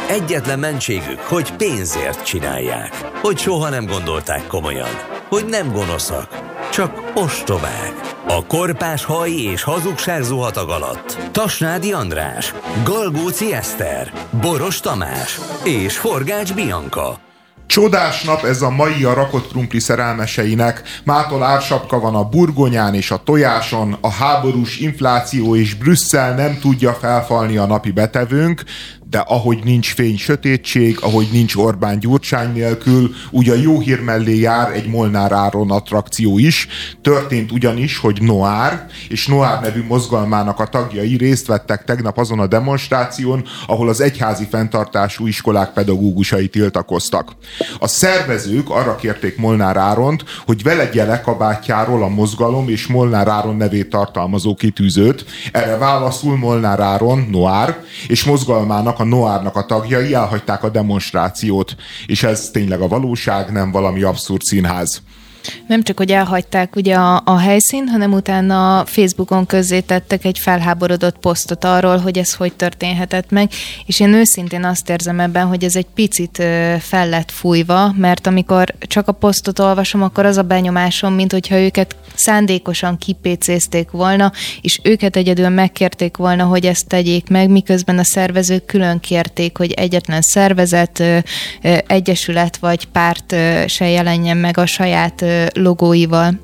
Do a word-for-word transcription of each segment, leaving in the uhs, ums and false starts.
Egyetlen mentségük, hogy pénzért csinálják. Hogy soha nem gondolták komolyan. Hogy nem gonoszak, csak ostobák. A korpás haj és hazugság zuhatag alatt Tasnádi András, Galgóci Eszter, Boros Tamás és Forgács Bianca. Csodás nap ez a mai a rakott krumpli szerelmeseinek. Mától ársapka van a burgonyán és a tojáson, a háborús infláció és Brüsszel nem tudja felfalni a napi betevőnk, de ahogy nincs fény sötétség, ahogy nincs Orbán Gyurcsány nélkül, úgy a jó hír mellé jár egy Molnár Áron attrakció is. Történt ugyanis, hogy Noár és Noár nevű mozgalmának a tagjai részt vettek tegnap azon a demonstráción, ahol az egyházi fenntartású iskolák pedagógusai tiltakoztak. A szervezők arra kérték Molnár Áront, hogy velegye le kabátjáról a mozgalom és Molnár Áron nevét tartalmazó kitűzőt. Erre válaszul Molnár Áron, Noár, és mozgalmának, a Noárnak a tagjai elhagyták a demonstrációt. És ez tényleg a valóság, nem valami abszurd színház. Nem csak, hogy elhagyták ugye a, a helyszínt, hanem utána Facebookon közzétettek egy felháborodott posztot arról, hogy ez hogy történhetett meg, és én őszintén azt érzem ebben, hogy ez egy picit fel lett fújva, mert amikor csak a posztot olvasom, akkor az a benyomásom, mint hogyha őket szándékosan kipécézték volna, és őket egyedül megkérték volna, hogy ezt tegyék meg, miközben a szervezők külön kérték, hogy egyetlen szervezet, egyesület vagy párt se jelenjen meg a saját logóival.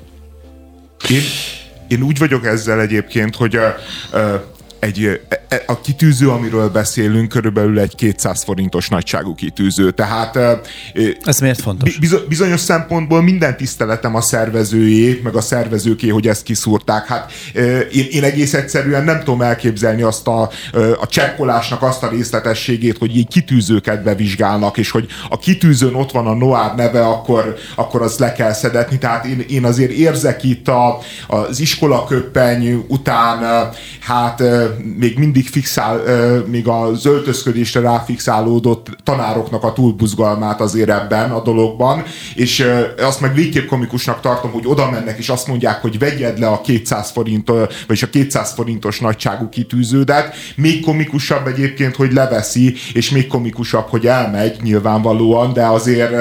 Én, én úgy vagyok ezzel egyébként, hogy a, a, egy, a kitűző, amiről beszélünk, körülbelül egy kétszáz forintos nagyságú kitűző. Tehát ez miért fontos? Bizonyos szempontból minden tiszteletem a szervezőjé, meg a szervezőké, hogy ezt kiszúrták. Hát én, én egész egyszerűen nem tudom elképzelni azt a, a csekkolásnak azt a részletességét, hogy így kitűzőket bevizsgálnak, és hogy a kitűzőn ott van a Noár neve, akkor, akkor azt le kell szedetni. Tehát én, én azért érzek itt a, az iskolaköppeny után, hát még mindig fixál, még az öltözködésre ráfixálódott tanároknak a túlbuzgalmát azért ebben a dologban, és azt meg végképp komikusnak tartom, hogy oda mennek, és azt mondják, hogy vegyed le a kétszáz forint, vagyis a kétszáz forintos nagyságú kitűződet. Még komikusabb egyébként, hogy leveszi, és még komikusabb, hogy elmegy nyilvánvalóan, de azért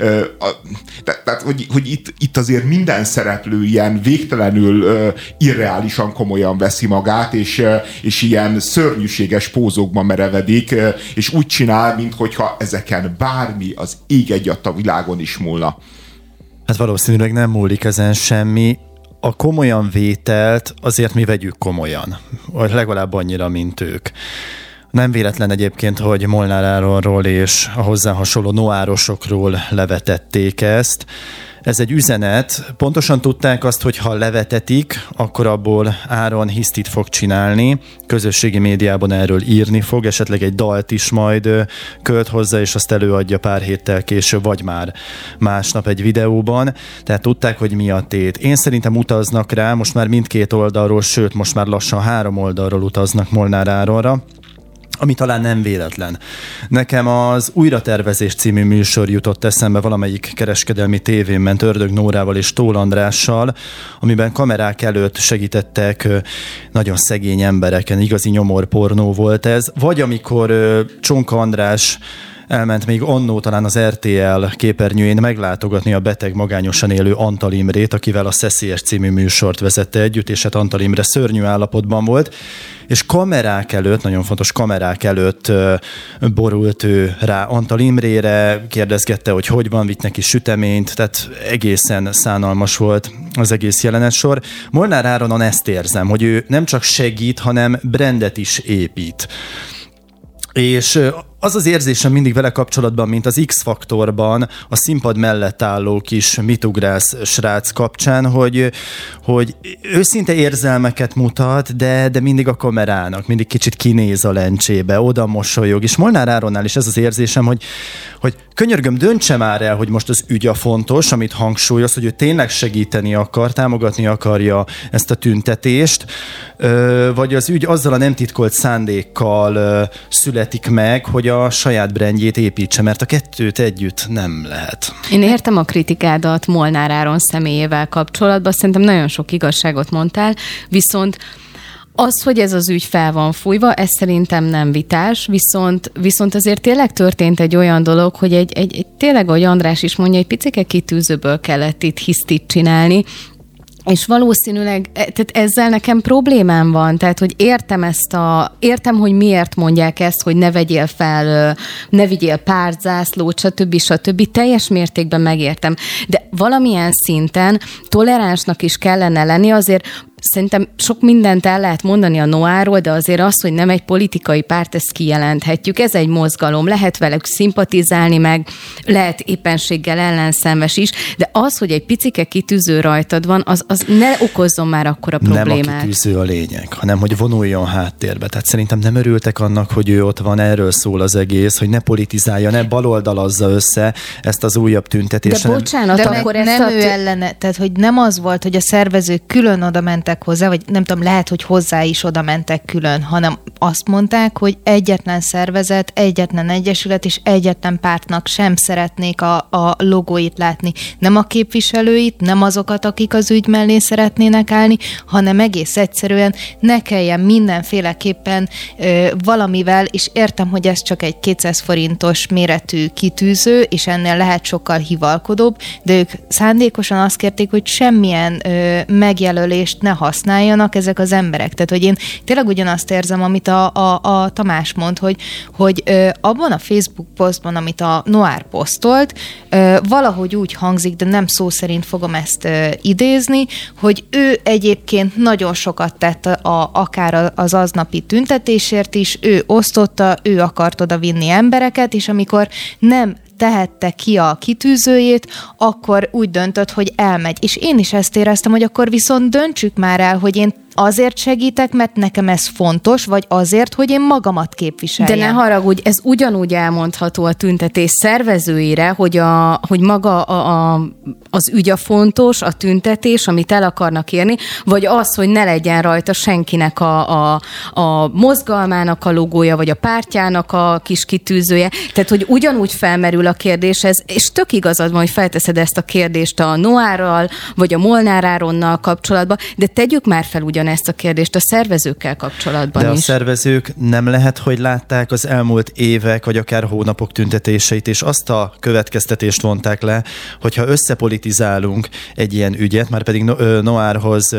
tehát, hogy, hogy itt, itt azért minden szereplő ilyen végtelenül irreálisan komolyan veszi magát, és és ilyen szörnyűséges pózokban merevedik, és úgy csinál, minthogyha ezeken bármi az ég egyatt a világon is múlna. Hát valószínűleg nem múlik ezen semmi. A komolyan vételt azért mi vegyük komolyan, vagy legalább annyira, mint ők. Nem véletlen egyébként, hogy Molnár Áronról és a hozzá hasonló noárosokról levetették ezt. Ez egy üzenet. Pontosan tudták azt, hogy ha levetetik, akkor abból Áron hisztit fog csinálni. Közösségi médiában erről írni fog, esetleg egy dalt is majd költ hozzá, és azt előadja pár héttel később, vagy már másnap egy videóban. Tehát tudták, hogy mi a tét. Én szerintem utaznak rá, most már mindkét oldalról, sőt, most már lassan három oldalról utaznak Molnár Áronra, ami talán nem véletlen. Nekem az Újratervezés című műsor jutott eszembe valamelyik kereskedelmi tévén ment Ördög Nórával és Tóth Andrással, amiben kamerák előtt segítettek nagyon szegény embereken, igazi nyomorpornó volt ez. Vagy amikor Csonka András elment még annó talán az er té el képernyőjén meglátogatni a beteg, magányosan élő Antal Imrét, akivel a Szeszélyes című műsort vezette együtt, és hát Antal Imre szörnyű állapotban volt, és kamerák előtt, nagyon fontos kamerák előtt borult ő rá Antal Imrére, kérdezgette, hogy hogy van, vitt neki süteményt, tehát egészen szánalmas volt az egész jelenetsor. Molnár Áronon ezt érzem, hogy ő nem csak segít, hanem brandet is épít. És az az érzésem mindig vele kapcsolatban, mint az X-faktorban a színpad mellett álló kis mitugrász srác kapcsán, hogy, hogy őszinte érzelmeket mutat, de, de mindig a kamerának, mindig kicsit kinéz a lencsébe, oda mosolyog, és Molnár Áronnál is ez az érzésem, hogy, hogy könyörgöm, döntse már el, hogy most az ügy a fontos, amit hangsúlyoz, hogy ő tényleg segíteni akar, támogatni akarja ezt a tüntetést, vagy az ügy azzal a nem titkolt szándékkal születik meg, hogy a saját brandjét építse, mert a kettőt együtt nem lehet. Én értem a kritikádat Molnár Áron személyével kapcsolatban, szerintem nagyon sok igazságot mondtál, viszont Az, hogy ez az ügy fel van fújva, ez szerintem nem vitás, viszont, viszont azért tényleg történt egy olyan dolog, hogy egy, egy, egy tényleg, ahogy András is mondja, egy picike kitűzőből kellett itt hisztit csinálni, és valószínűleg, tehát ezzel nekem problémám van, tehát, hogy értem ezt a, értem, hogy miért mondják ezt, hogy ne vegyél fel, ne vigyél pártzászlót, stb. stb. Teljes mértékben megértem, de valamilyen szinten toleránsnak is kellene lenni, azért szerintem sok mindent el lehet mondani a Noáról, de azért az, hogy nem egy politikai párt, ezt kijelenthetjük. Ez egy mozgalom, lehet velük szimpatizálni, meg lehet éppenséggel ellenszenves is, de az, hogy egy picike kitűző rajtad van, az, az ne okozzon már akkora problémát. Nem a kitűző a lényeg, hanem hogy vonuljon háttérbe. Tehát szerintem nem örültek annak, hogy ő ott van, erről szól az egész, hogy ne politizálja, ne baloldalazza össze ezt az újabb tüntetést. De bocsánat, de akkor nem ezt a... ő ellene, tehát hogy nem az volt, hogy a szervezők külön oda mentek hozzá, vagy nem tudom, lehet, hogy hozzá is oda mentek külön, hanem azt mondták, hogy egyetlen szervezet, egyetlen egyesület és egyetlen pártnak sem szeretnék a, a logóit látni. Nem a képviselőit, nem azokat, akik az ügy mellé szeretnének állni, hanem egész egyszerűen ne kelljen mindenféleképpen ö, valamivel, és értem, hogy ez csak egy kétszáz forintos méretű kitűző, és ennél lehet sokkal hivalkodóbb, de ők szándékosan azt kérték, hogy semmilyen ö, megjelölést ne használjanak ezek az emberek. Tehát, hogy én tényleg ugyanazt érzem, amit a, a, a Tamás mond, hogy, hogy ö, abban a Facebook posztban, amit a Noár posztolt, ö, valahogy úgy hangzik, de nem szó szerint fogom ezt ö, idézni, hogy ő egyébként nagyon sokat tett a, a, akár az aznapi tüntetésért is, ő osztotta, ő akart oda vinni embereket, és amikor nem tehette ki a kitűzőjét, akkor úgy döntött, hogy elmegy. És én is ezt éreztem, hogy akkor viszont döntsük már el, hogy én azért segítek, mert nekem ez fontos, vagy azért, hogy én magamat képviseljem. De ne haragudj, ez ugyanúgy elmondható a tüntetés szervezőire, hogy, a, hogy maga a, a, az ügy a fontos, a tüntetés, amit el akarnak érni, vagy az, hogy ne legyen rajta senkinek a, a, a mozgalmának a logója, vagy a pártjának a kis kitűzője. Tehát, hogy ugyanúgy felmerül a kérdés, ez, és tök igazad van, hogy felteszed ezt a kérdést a Noárral, vagy a Molnár Áronnal kapcsolatban, de tegyük már fel ugyan ezt a kérdést a szervezőkkel kapcsolatban De is. a szervezők nem lehet, hogy látták az elmúlt évek, vagy akár hónapok tüntetéseit, és azt a következtetést vonták le, hogyha összepolitizálunk egy ilyen ügyet, már pedig Noárhoz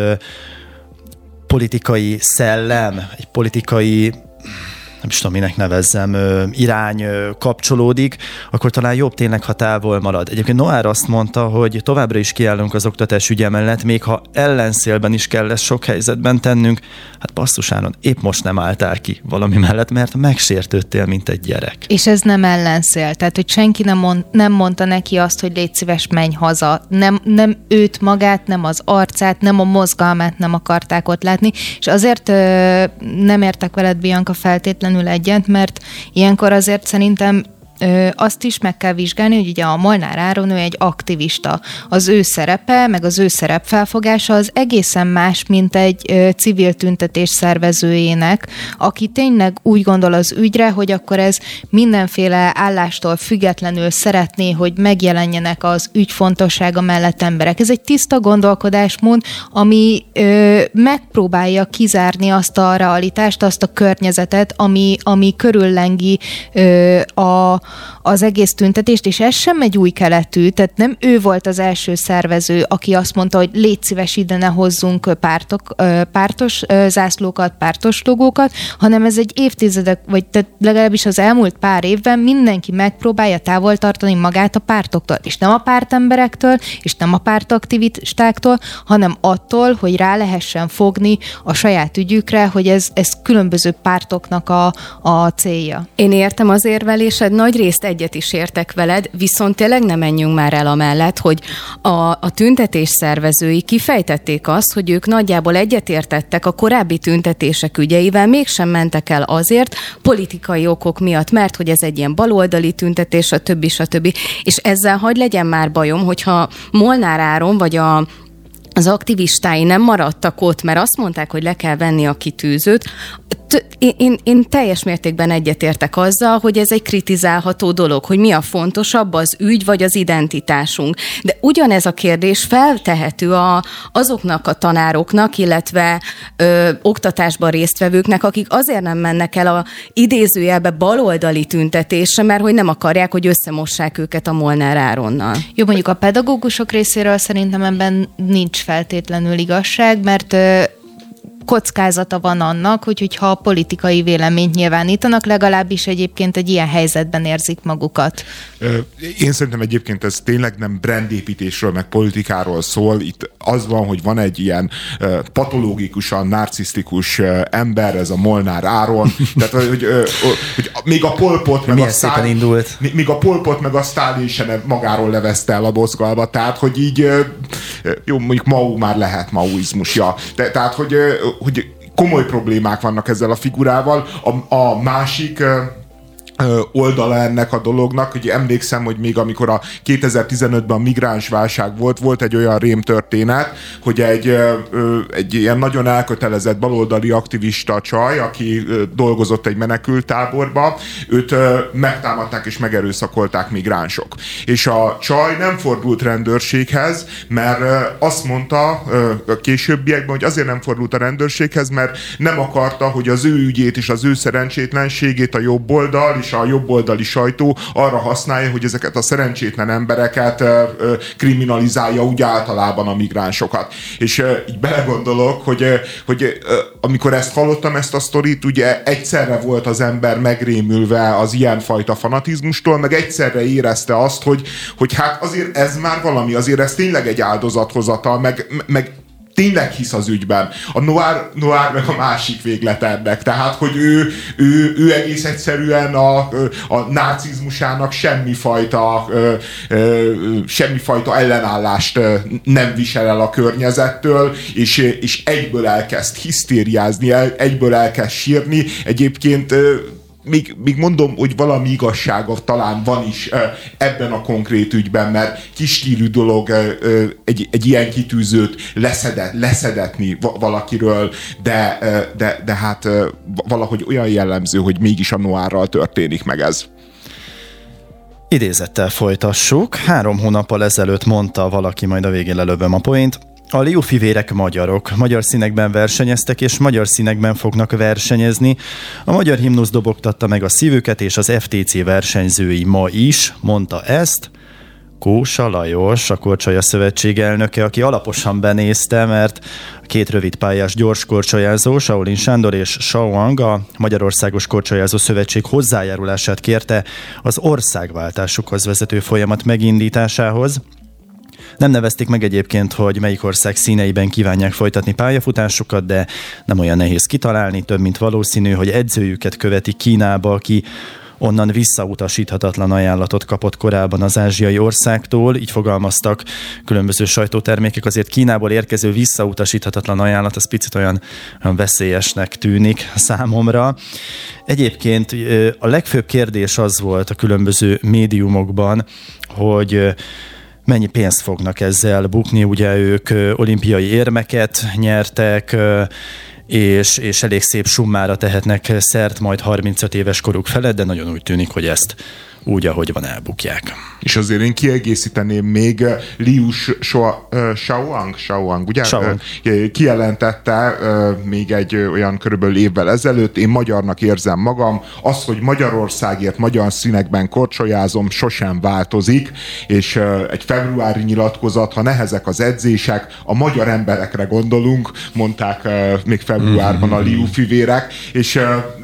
politikai szellem, egy politikai, nem is tudom, minek nevezzem, irány kapcsolódik, akkor talán jobb tényleg, ha távol marad. Egyébként Noár azt mondta, hogy továbbra is kiállunk az oktatás ügye mellett, még ha ellenszélben is kell ezt sok helyzetben tennünk. Hát basszus Áron, épp most nem álltál ki valami mellett, mert megsértődtél, mint egy gyerek. És ez nem ellenszél, tehát hogy senki nem, mond, nem mondta neki azt, hogy légy szíves, menj haza. Nem, nem őt magát, nem az arcát, nem a mozgalmát nem akarták ott látni, és azért ö, nem értek veled, Bianca, feltétlenül egyet, mert ilyenkor azért szerintem Ö, azt is meg kell vizsgálni, hogy ugye a Molnár Áron ő egy aktivista. Az ő szerepe, meg az ő szerepfelfogása az egészen más, mint egy ö, civil tüntetés szervezőjének, aki tényleg úgy gondol az ügyre, hogy akkor ez mindenféle állástól függetlenül szeretné, hogy megjelenjenek az ügy fontossága mellett emberek. Ez egy tiszta gondolkodásmód, ami ö, megpróbálja kizárni azt a realitást, azt a környezetet, ami, ami körüllengi ö, a az egész tüntetést, és ez sem egy új keletű, tehát nem ő volt az első szervező, aki azt mondta, hogy légy szíves, ide ne hozzunk pártok, pártos zászlókat, pártos logókat, hanem ez egy évtizedek, vagy tehát legalábbis az elmúlt pár évben mindenki megpróbálja távol tartani magát a pártoktól, és nem a pártemberektől, és nem a pártaktivistáktól, hanem attól, hogy rá lehessen fogni a saját ügyükre, hogy ez, ez különböző pártoknak a, a célja. Én értem az érvelésed, nagy részt egyet is értek veled, viszont tényleg nem menjünk már el amellett, hogy a, a tüntetés szervezői kifejtették azt, hogy ők nagyjából egyetértettek a korábbi tüntetések ügyeivel, mégsem mentek el azért politikai okok miatt, mert hogy ez egy ilyen baloldali tüntetés, stb. stb. És ezzel hagy legyen már bajom, hogyha Molnár Áron vagy a az aktivistái nem maradtak ott, mert azt mondták, hogy le kell venni a kitűzőt, Én, én, én teljes mértékben egyetértek azzal, hogy ez egy kritizálható dolog, hogy mi a fontosabb, az ügy vagy az identitásunk. De ugyanez a kérdés feltehető a, azoknak a tanároknak, illetve ö, oktatásban résztvevőknek, akik azért nem mennek el a idézőjelbe baloldali tüntetésre, mert hogy nem akarják, hogy összemossák őket a Molnár Áronnal. Jó, mondjuk a pedagógusok részéről szerintem ebben nincs feltétlenül igazság, mert ö, kockázata van annak, hogy, hogyha a politikai véleményt nyilvánítanak, legalábbis egyébként egy ilyen helyzetben érzik magukat. Én szerintem egyébként ez tényleg nem brandépítésről, meg politikáról szól. Itt az van, hogy van egy ilyen patológikusan narcisztikus ember, ez a Molnár Áron. Tehát, hogy, hogy, hogy még a Pol Pot meg a Sztálin indult. Még a Pol Pot meg a Sztálin sem magáról levezte el a mozgalmat. Tehát, hogy így jó, mondjuk Mao már lehet maoizmus, ja. De, tehát, hogy hogy komoly problémák vannak ezzel a figurával. A, a másik oldala ennek a dolognak, hogy emlékszem, hogy még amikor a kétezer-tizenötben a migránsválság volt, volt egy olyan rémtörténet, hogy egy, egy ilyen nagyon elkötelezett baloldali aktivista csaj, aki dolgozott egy menekülttáborba, őt megtámadták és megerőszakolták migránsok. És a csaj nem fordult rendőrséghez, mert azt mondta a későbbiekben, hogy azért nem fordult a rendőrséghez, mert nem akarta, hogy az ő ügyét és az ő szerencsétlenségét a jobb oldal és a jobboldali sajtó arra használja, hogy ezeket a szerencsétlen embereket kriminalizálja úgy általában a migránsokat. És így belegondolok, hogy, hogy amikor ezt hallottam, ezt a sztorit, ugye egyszerre volt az ember megrémülve az ilyenfajta fanatizmustól, meg egyszerre érezte azt, hogy, hogy hát azért ez már valami, azért ez tényleg egy áldozathozatal, meg, meg tényleg hisz az ügyben. A Noir, Noir meg a másik véglet ennek. Tehát, hogy ő, ő, ő egész egyszerűen a, a nácizmusának semmifajta, semmifajta ellenállást nem visel el a környezettől, és, és egyből elkezd hisztériázni, egyből elkezd sírni. Egyébként Még, még mondom, hogy valami igazsága talán van is ebben a konkrét ügyben, mert kisstílű dolog egy, egy ilyen kitűzőt leszedet, leszedetni valakiről, de, de, de hát valahogy olyan jellemző, hogy mégis a Noirral történik meg ez. Idézettel folytassuk. Három hónappal ezelőtt mondta valaki, majd a végén lelövöm a poént. A Liu fivérek magyarok. Magyar színekben versenyeztek, és magyar színekben fognak versenyezni. A magyar himnusz dobogtatta meg a szívüket, és az ef té cé versenyzői ma is, mondta ezt Kósa Lajos, a Korcsolya Szövetség elnöke, aki alaposan benézte, mert a két rövidpályás gyors korcsolyázó, Shaolin Sándor és Shao Wang, a Magyarországos Korcsolyázó Szövetség hozzájárulását kérte az országváltásukhoz vezető folyamat megindításához. Nem nevezték meg egyébként, hogy melyik ország színeiben kívánják folytatni pályafutásukat, de nem olyan nehéz kitalálni, több mint valószínű, hogy edzőjüket követik Kínába, aki onnan visszautasíthatatlan ajánlatot kapott korábban az ázsiai országtól, így fogalmaztak különböző sajtótermékek, azért Kínából érkező visszautasíthatatlan ajánlat, az picit olyan, olyan veszélyesnek tűnik számomra. Egyébként a legfőbb kérdés az volt a különböző médiumokban, hogy mennyi pénzt fognak ezzel bukni, ugye ők olimpiai érmeket nyertek, és, és elég szép summára tehetnek szert majd harmincöt éves koruk felett, de nagyon úgy tűnik, hogy ezt úgy, ahogy van, elbukják. És azért én kiegészíteném még Liu Shaoang, Shaoang, ugye? Shaoang. Kijelentette még egy olyan körülbelül évvel ezelőtt, én magyarnak érzem magam, az, hogy Magyarországért magyar színekben korcsolyázom, sosem változik, és egy februári nyilatkozat, ha nehezek az edzések, a magyar emberekre gondolunk, mondták még februárban a Liu fivérek, és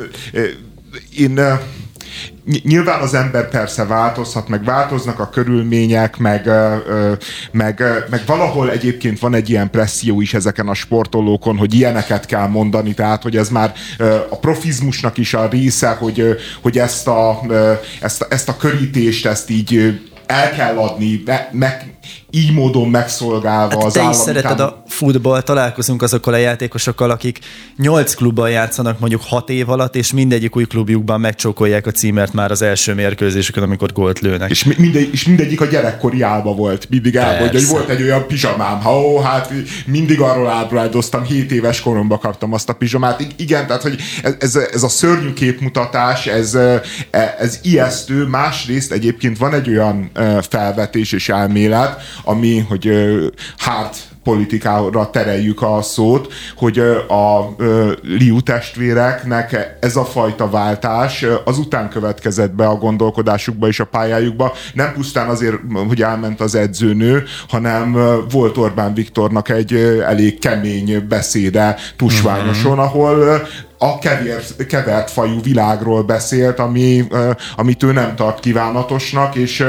én nyilván az ember persze változhat, meg változnak a körülmények, meg, meg, meg valahol egyébként van egy ilyen presszió is ezeken a sportolókon, hogy ilyeneket kell mondani, tehát hogy ez már a profizmusnak is a része, hogy, hogy ezt, a, ezt, a, ezt a körítést, ezt így el kell adni, meg, így módon megszolgálva hát az te állami is szereted tám- a futball, találkozunk azokkal a játékosokkal, akik nyolc klubban játszanak mondjuk hat év alatt, és mindegyik új klubjukban megcsókolják a címert már az első mérkőzésükön, amikor gólt lőnek. És, mindegy, és mindegyik a gyerekkori álba volt. Mindig álba, hogy volt egy olyan pizsamám. Ha, ó, hát mindig arról ábrándoztam, hét éves koromban kaptam azt a pizsamát. I- igen, tehát, hogy ez, ez, ez a szörnyű képmutatás, ez, ez ijesztő. Másrészt egyébként van egy olyan felvetés és elmélet, ami, hogy hard politikára tereljük a szót, hogy a Liu testvéreknek ez a fajta váltás azután következett be a gondolkodásukba és a pályájukba, nem pusztán azért, hogy elment az edzőnő, hanem volt Orbán Viktornak egy elég kemény beszéde Tusványoson, ahol a kevér, kevert fajú világról beszélt, ami, amit ő nem tart kívánatosnak, és,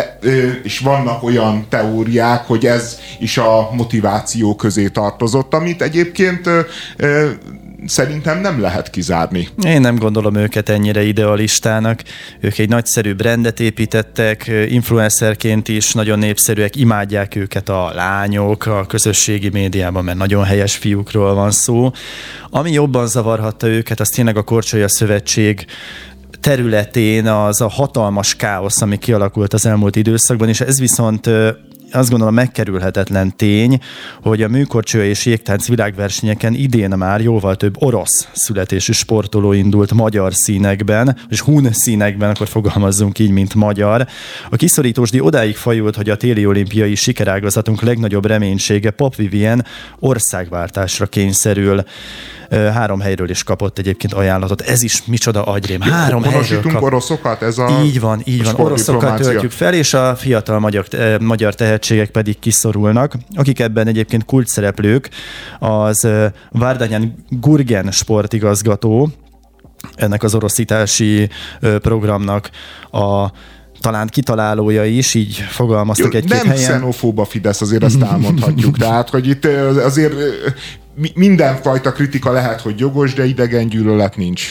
és vannak olyan teóriák, hogy ez is a motiváció közé tartozott, amit egyébként szerintem nem lehet kizárni. Én nem gondolom őket ennyire idealistának. Ők egy nagyszerű brandet építettek, influencerként is nagyon népszerűek, imádják őket a lányok a közösségi médiában, mert nagyon helyes fiúkról van szó. Ami jobban zavarhatta őket, az tényleg a Korcsolya Szövetség területén az a hatalmas káosz, ami kialakult az elmúlt időszakban, és ez viszont azt gondolom megkerülhetetlen tény, hogy a műkorcsolya és jégtánc világversenyeken idén már jóval több orosz születésű sportoló indult magyar színekben, és hun színekben, akkor fogalmazzunk így, mint magyar. A kiszorítósdi odáig fajult, hogy a téli olimpiai sikerágazatunk legnagyobb reménysége, Pap Vivien országváltásra kényszerül. Három helyről is kapott egyébként ajánlatot. Ez is micsoda agyrém. Három helyről kap... oroszokat? Ez a így van, így van. Oroszokat töltjük fel, és a fiatal magyar, eh, magyar tehetségek pedig kiszorulnak, akik ebben egyébként kulcsszereplők. Az eh, Vardanyan Gurgen sportigazgató, ennek az oroszítási eh, programnak a talán kitalálója is, így fogalmaztak egy-két nem helyen. Nem xenofób a Fidesz, azért ezt elmondhatjuk. Tehát, hogy itt azért mindenfajta kritika lehet, hogy jogos, de idegen gyűlölet nincs.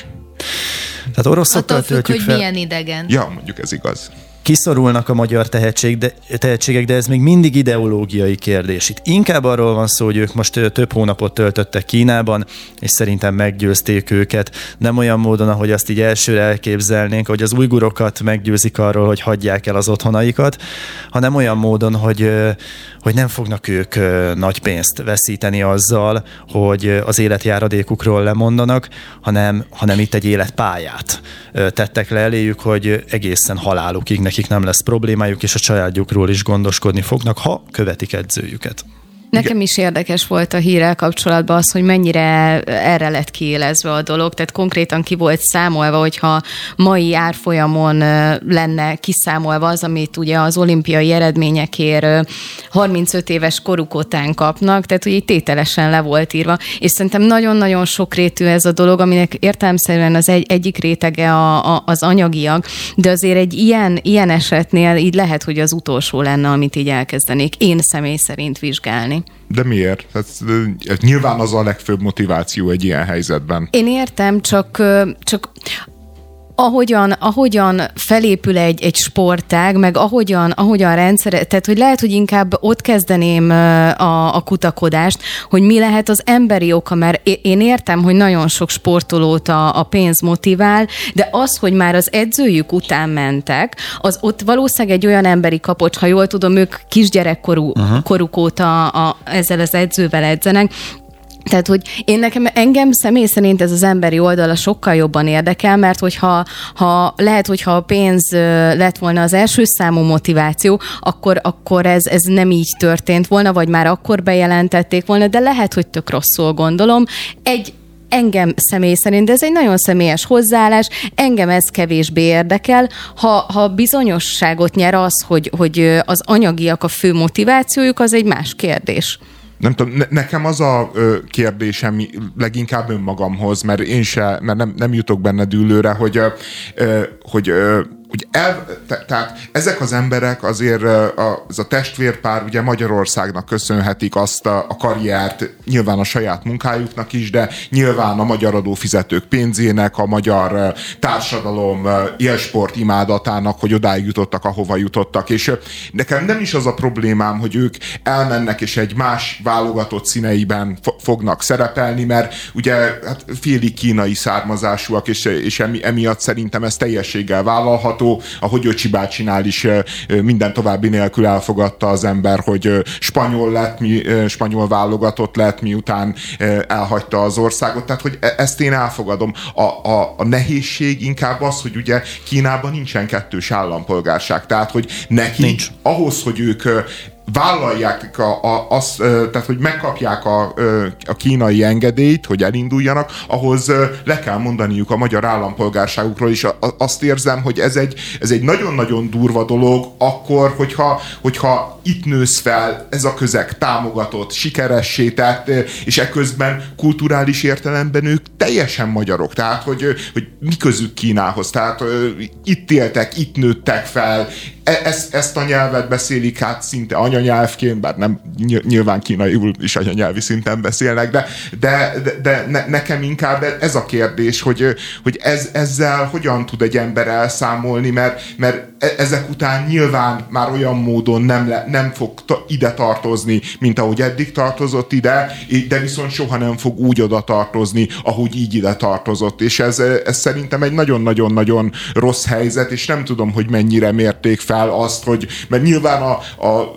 Tehát oroszokkal attól függ, töltjük hogy fel. milyen idegen. Ja, mondjuk ez igaz. Kiszorulnak a magyar tehetség, de, tehetségek, de ez még mindig ideológiai kérdés. Itt inkább arról van szó, hogy ők most több hónapot töltöttek Kínában, és szerintem meggyőzték őket. Nem olyan módon, ahogy azt így elsőre elképzelnénk, hogy az ujgurokat meggyőzik arról, hogy hagyják el az otthonaikat, hanem olyan módon, hogy, hogy nem fognak ők nagy pénzt veszíteni azzal, hogy az életjáradékukról lemondanak, hanem, hanem itt egy életpályát tettek le eléjük, hogy egészen halálukig nekik nem lesz problémájuk, és a családjukról is gondoskodni fognak, ha követik edzőjüket. Nekem is érdekes volt a hírrel kapcsolatban az, hogy mennyire erre lett kiélezve a dolog, tehát konkrétan ki volt számolva, hogyha mai árfolyamon lenne kiszámolva az, amit ugye az olimpiai eredményekért harmincöt éves koruk után kapnak, tehát ugye tételesen le volt írva, és szerintem nagyon-nagyon sokrétű ez a dolog, aminek értelemszerűen az egy, egyik rétege a, a, az anyagiak, de azért egy ilyen, ilyen esetnél így lehet, hogy az utolsó lenne, amit így elkezdenék én személy szerint vizsgálni. De miért? Ez, ez nyilván az a legfőbb motiváció egy ilyen helyzetben. Én értem, csak, csak ahogyan, ahogyan felépül egy, egy sportág, meg ahogyan, ahogyan rendszer, tehát hogy lehet, hogy inkább ott kezdeném a, a kutakodást, hogy mi lehet az emberi oka, mert én értem, hogy nagyon sok sportolót a, a pénz motivál, de az, hogy már az edzőjük után mentek, az ott valószínűleg egy olyan emberi kapocs, ha jól tudom, ők kisgyerekkorú uh-huh. koruk óta a, ezzel az edzővel edzenek. Tehát, hogy én nekem, engem személy szerint ez az emberi oldala sokkal jobban érdekel, mert hogyha ha, lehet, hogyha a pénz lett volna az első számú motiváció, akkor, akkor ez, ez nem így történt volna, vagy már akkor bejelentették volna, de lehet, hogy tök rosszul gondolom. Egy Engem személy szerint, de ez egy nagyon személyes hozzáállás, engem ez kevésbé érdekel. Ha, ha bizonyosságot nyer az, hogy, hogy az anyagiak a fő motivációjuk, az egy más kérdés. Nem tudom, ne, nekem az a ö, kérdésem leginkább önmagamhoz, mert én se, mert nem, nem jutok benne dűlőre, hogy, ö, hogy ö, hogy el, te, tehát ezek az emberek azért a, az a testvérpár ugye Magyarországnak köszönhetik azt a, a karriert, nyilván a saját munkájuknak is, de nyilván a magyar adófizetők pénzének, a magyar társadalom élsport imádatának, hogy odáig jutottak, ahova jutottak. És nekem nem is az a problémám, hogy ők elmennek és egy más válogatott színeiben fo- fognak szerepelni, mert ugye hát félig kínai származásúak, és, és emi, emiatt szerintem ez teljességgel vállalható. Ahogy Öcsi bácsinál is minden további nélkül elfogadta az ember, hogy spanyol lett, mi, spanyol válogatott lett, miután elhagyta az országot. Tehát, hogy ezt én elfogadom. A, a, a nehézség inkább az, hogy ugye Kínában nincsen kettős állampolgárság. Tehát, hogy nekik Nincs. ahhoz, hogy ők vállalják a, a, azt, tehát hogy megkapják a, a kínai engedélyt, hogy elinduljanak, ahhoz le kell mondaniuk a magyar állampolgárságukról is. Azt érzem, hogy ez egy, ez egy nagyon-nagyon durva dolog, akkor, hogyha, hogyha itt nősz fel, ez a közeg támogatott, sikeressé tett, és eközben kulturális értelemben ők teljesen magyarok. Tehát, hogy, hogy mi közük Kínához. Tehát itt éltek, itt nőttek fel, ezt, ezt a nyelvet beszélik át szinte anyanyelvként, bár nem nyilván kínaiul is anyanyelvi szinten beszélnek, de, de, de, de ne, nekem inkább ez a kérdés, hogy, hogy ez, ezzel hogyan tud egy ember elszámolni, mert, mert ezek után nyilván már olyan módon nem, le, nem fog ta, ide tartozni, mint ahogy eddig tartozott ide, de viszont soha nem fog úgy oda tartozni, ahogy így ide tartozott. És ez, ez szerintem egy nagyon-nagyon-nagyon rossz helyzet, és nem tudom, hogy mennyire mérték fel azt, hogy, mert nyilván a, a,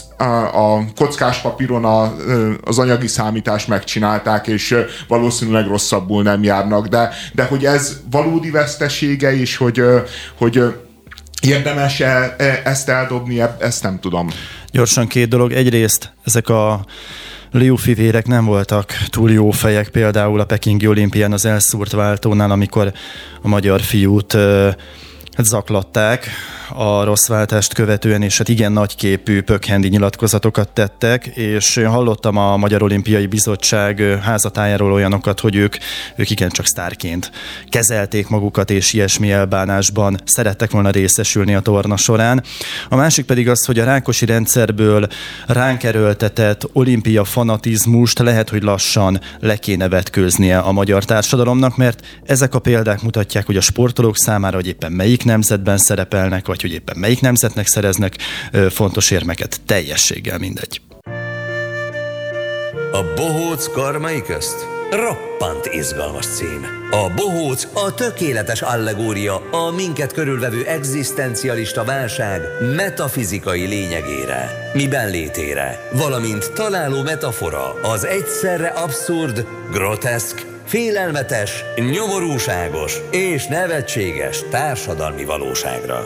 a, a kockás papíron a, az anyagi számítást megcsinálták, és valószínűleg rosszabbul nem járnak, de, de hogy ez valódi vesztesége is, hogy, hogy érdemes -e ezt eldobni, ezt nem tudom. Gyorsan két dolog. Egyrészt ezek a Liu fivérek nem voltak túl jó fejek, például a pekingi olimpián az elszúrt váltónál, amikor a magyar fiút hát zaklatták a rossz váltást követően, és hát igen nagyképű pökhendi nyilatkozatokat tettek, és én hallottam a Magyar Olimpiai Bizottság házatájáról olyanokat, hogy ők, ők igencsak sztárként kezelték magukat, és ilyesmi elbánásban szerettek volna részesülni a torna során. A másik pedig az, hogy a Rákosi rendszerből ránk erőltetett olimpia fanatizmust lehet, hogy lassan le kéne vetkőznie a magyar társadalomnak, mert ezek a példák mutatják, hogy a sportolók számára, hogy éppen melyik nemzetben szerepelnek, vagy hogy éppen melyik nemzetnek szereznek fontos érmeket, teljességgel mindegy. A bohóc karmai közt roppant izgalmas cím. A bohóc a tökéletes allegória a minket körülvevő egzisztencialista válság metafizikai lényegére, miben létére, valamint találó metafora az egyszerre abszurd, groteszk, félelmetes, nyomorúságos és nevetséges társadalmi valóságra.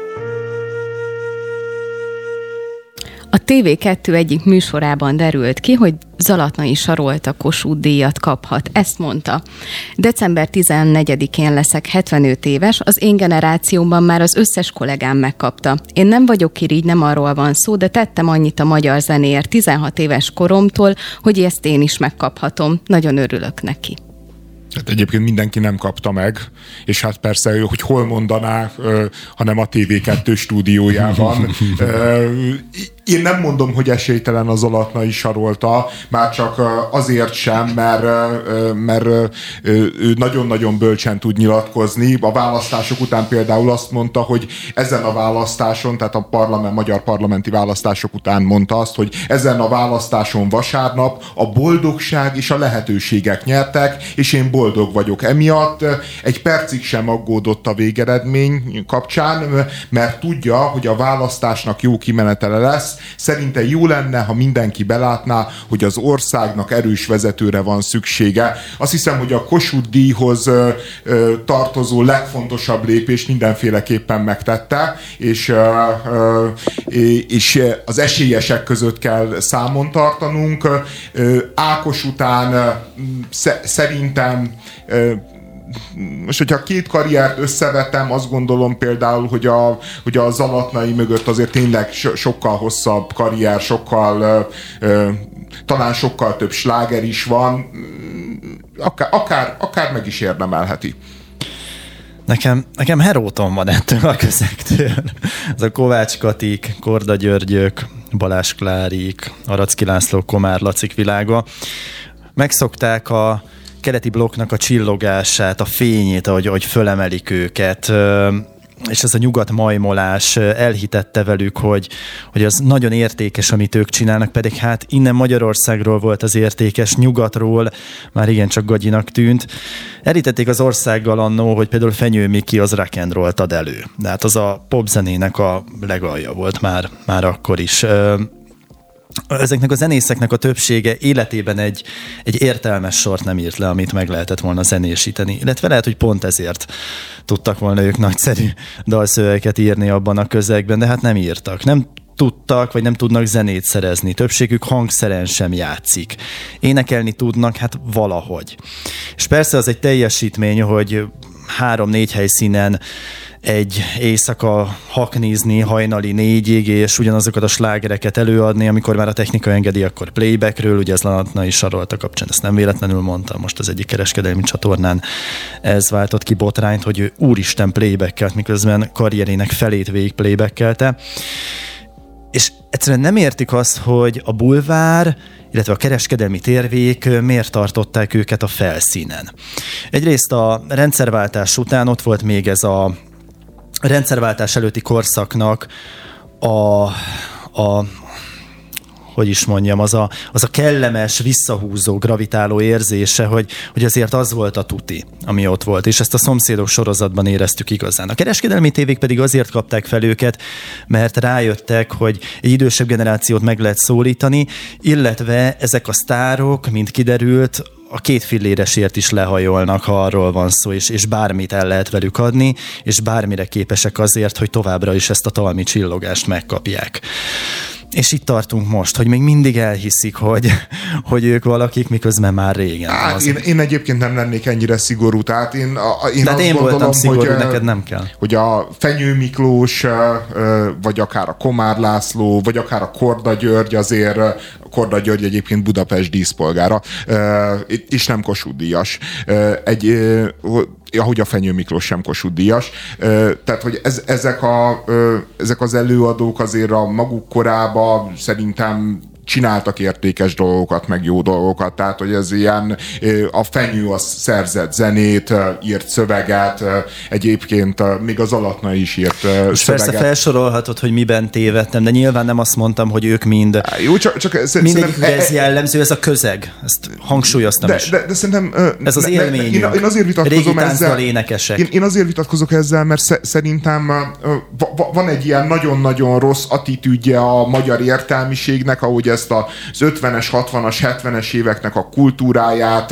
A té vé kettő egyik műsorában derült ki, hogy Zalatnai Sarolta Kossuth-díjat kaphat. Ezt mondta. december tizennegyedikén leszek hetvenöt éves, az én generációmban már az összes kollégám megkapta. Én nem vagyok irigy, nem arról van szó, de tettem annyit a magyar zenéért tizenhat éves koromtól, hogy ezt én is megkaphatom. Nagyon örülök neki. Hát egyébként mindenki nem kapta meg, és hát persze, hogy hol mondaná, hanem a té vé kettő stúdiójában. Én nem mondom, hogy esélytelen az Zalatnai Sarolta, már csak azért sem, mert, mert ő nagyon-nagyon bölcsen tud nyilatkozni. A választások után például azt mondta, hogy ezen a választáson, tehát a parlament, magyar parlamenti választások után mondta azt, hogy ezen a választáson vasárnap a boldogság és a lehetőségek nyertek, és én boldog vagyok emiatt. Egy percig sem aggódott a végeredmény kapcsán, mert tudja, hogy a választásnak jó kimenetele lesz. Szerinte jó lenne, ha mindenki belátná, hogy az országnak erős vezetőre van szüksége. Azt hiszem, hogy a Kossuth-díjhoz tartozó legfontosabb lépés mindenféleképpen megtette, és, és az esélyesek között kell számon tartanunk. Ákos után szerintem most, hogyha két karriert összevetem, azt gondolom például, hogy a, hogy a Zalatnai mögött azért tényleg so, sokkal hosszabb karrier, sokkal ö, talán sokkal több sláger is van, akár, akár, akár meg is érdemelheti. Nekem, nekem heróton van ettől a közegtől. Ez a Kovács Katik, Korda Györgyök, Balázs Klárik, Aracki László, Komár Lacik világa. Megszokták a keleti blokknak a csillogását, a fényét, ahogy, ahogy fölemelik őket, és ez a nyugat majmolás elhitette velük, hogy, hogy az nagyon értékes, amit ők csinálnak, pedig hát innen Magyarországról volt az értékes, nyugatról már igencsak gagyinak tűnt. Elhitették az országgal annó, hogy például Fenyő Miki az rock and rollt ad elő. De hát az a popzenének a legalja volt már, már akkor is. Ezeknek a zenészeknek a többsége életében egy, egy értelmes sort nem írt le, amit meg lehetett volna zenésíteni. Illetve lehet, hogy pont ezért tudtak volna ők nagyszerű dalszövegeket írni abban a közegben, de hát nem írtak. Nem tudtak, vagy nem tudnak zenét szerezni. Többségük hangszeren sem játszik. Énekelni tudnak, hát valahogy. És persze az egy teljesítmény, hogy három-négy helyszínen egy éjszaka haknizni hajnali négyig, és ugyanazokat a slágereket előadni, amikor már a technika engedi, akkor playbackről, ugye ez Lanatnai Sarolta kapcsán, ezt nem véletlenül mondtam, most az egyik kereskedelmi csatornán ez váltott ki botrányt, hogy ő úristen playbackelt, miközben karrierének felét végig playbackkelte. És egyszerűen nem értik azt, hogy a bulvár, illetve a kereskedelmi térvék miért tartották őket a felszínen. Egyrészt a rendszerváltás után ott volt még ez a rendszerváltás előtti korszaknak a, a hogy is mondjam, az a, az a kellemes, visszahúzó, gravitáló érzése, hogy, hogy azért az volt a tuti, ami ott volt, és ezt a Szomszédok sorozatban éreztük igazán. A kereskedelmi tévék pedig azért kapták fel őket, mert rájöttek, hogy egy idősebb generációt meg lehet szólítani, illetve ezek a sztárok, mint kiderült, a két filléresért is lehajolnak, ha arról van szó, és, és bármit el lehet velük adni, és bármire képesek azért, hogy továbbra is ezt a talmi csillogást megkapják. És itt tartunk most, hogy még mindig elhiszik, hogy, hogy ők valakik, miközben már régen. Hát én, én egyébként nem lennék ennyire szigorú, tehát én, a, én tehát azt én gondolom, voltam szigorú, hogy, neked nem kell. Hogy a Fenyő Miklós, vagy akár a Komár László, vagy akár a Korda György, azért Korda György egyébként Budapest díszpolgára, és nem Kossuth díjas. Egy, ahogy a Fenyő Miklós sem Kossuth díjas. Tehát, hogy ez, ezek, a, ezek az előadók azért a maguk korában szerintem csináltak értékes dolgokat, meg jó dolgokat, tehát, hogy ez ilyen, a Fenyő az szerzett zenét, írt szöveget, egyébként még az Alatna is írt most szöveget. Persze felsorolhatod, hogy miben tévedtem, de nyilván nem azt mondtam, hogy ők mind. Jó, csak, csak mindegyik ez jellemző, ez a közeg. Ezt hangsúlyoztam de, is. De, de szerintem... Ez az élményünk. Én, én azért vitatkozom ezzel. Énekesek. Én, én azért vitatkozok ezzel, mert szerintem van egy ilyen nagyon-nagyon rossz attitűdje a magyar értelmiségnek, ahogy ezt az ötvenes, hatvanas, hetvenes éveknek a kultúráját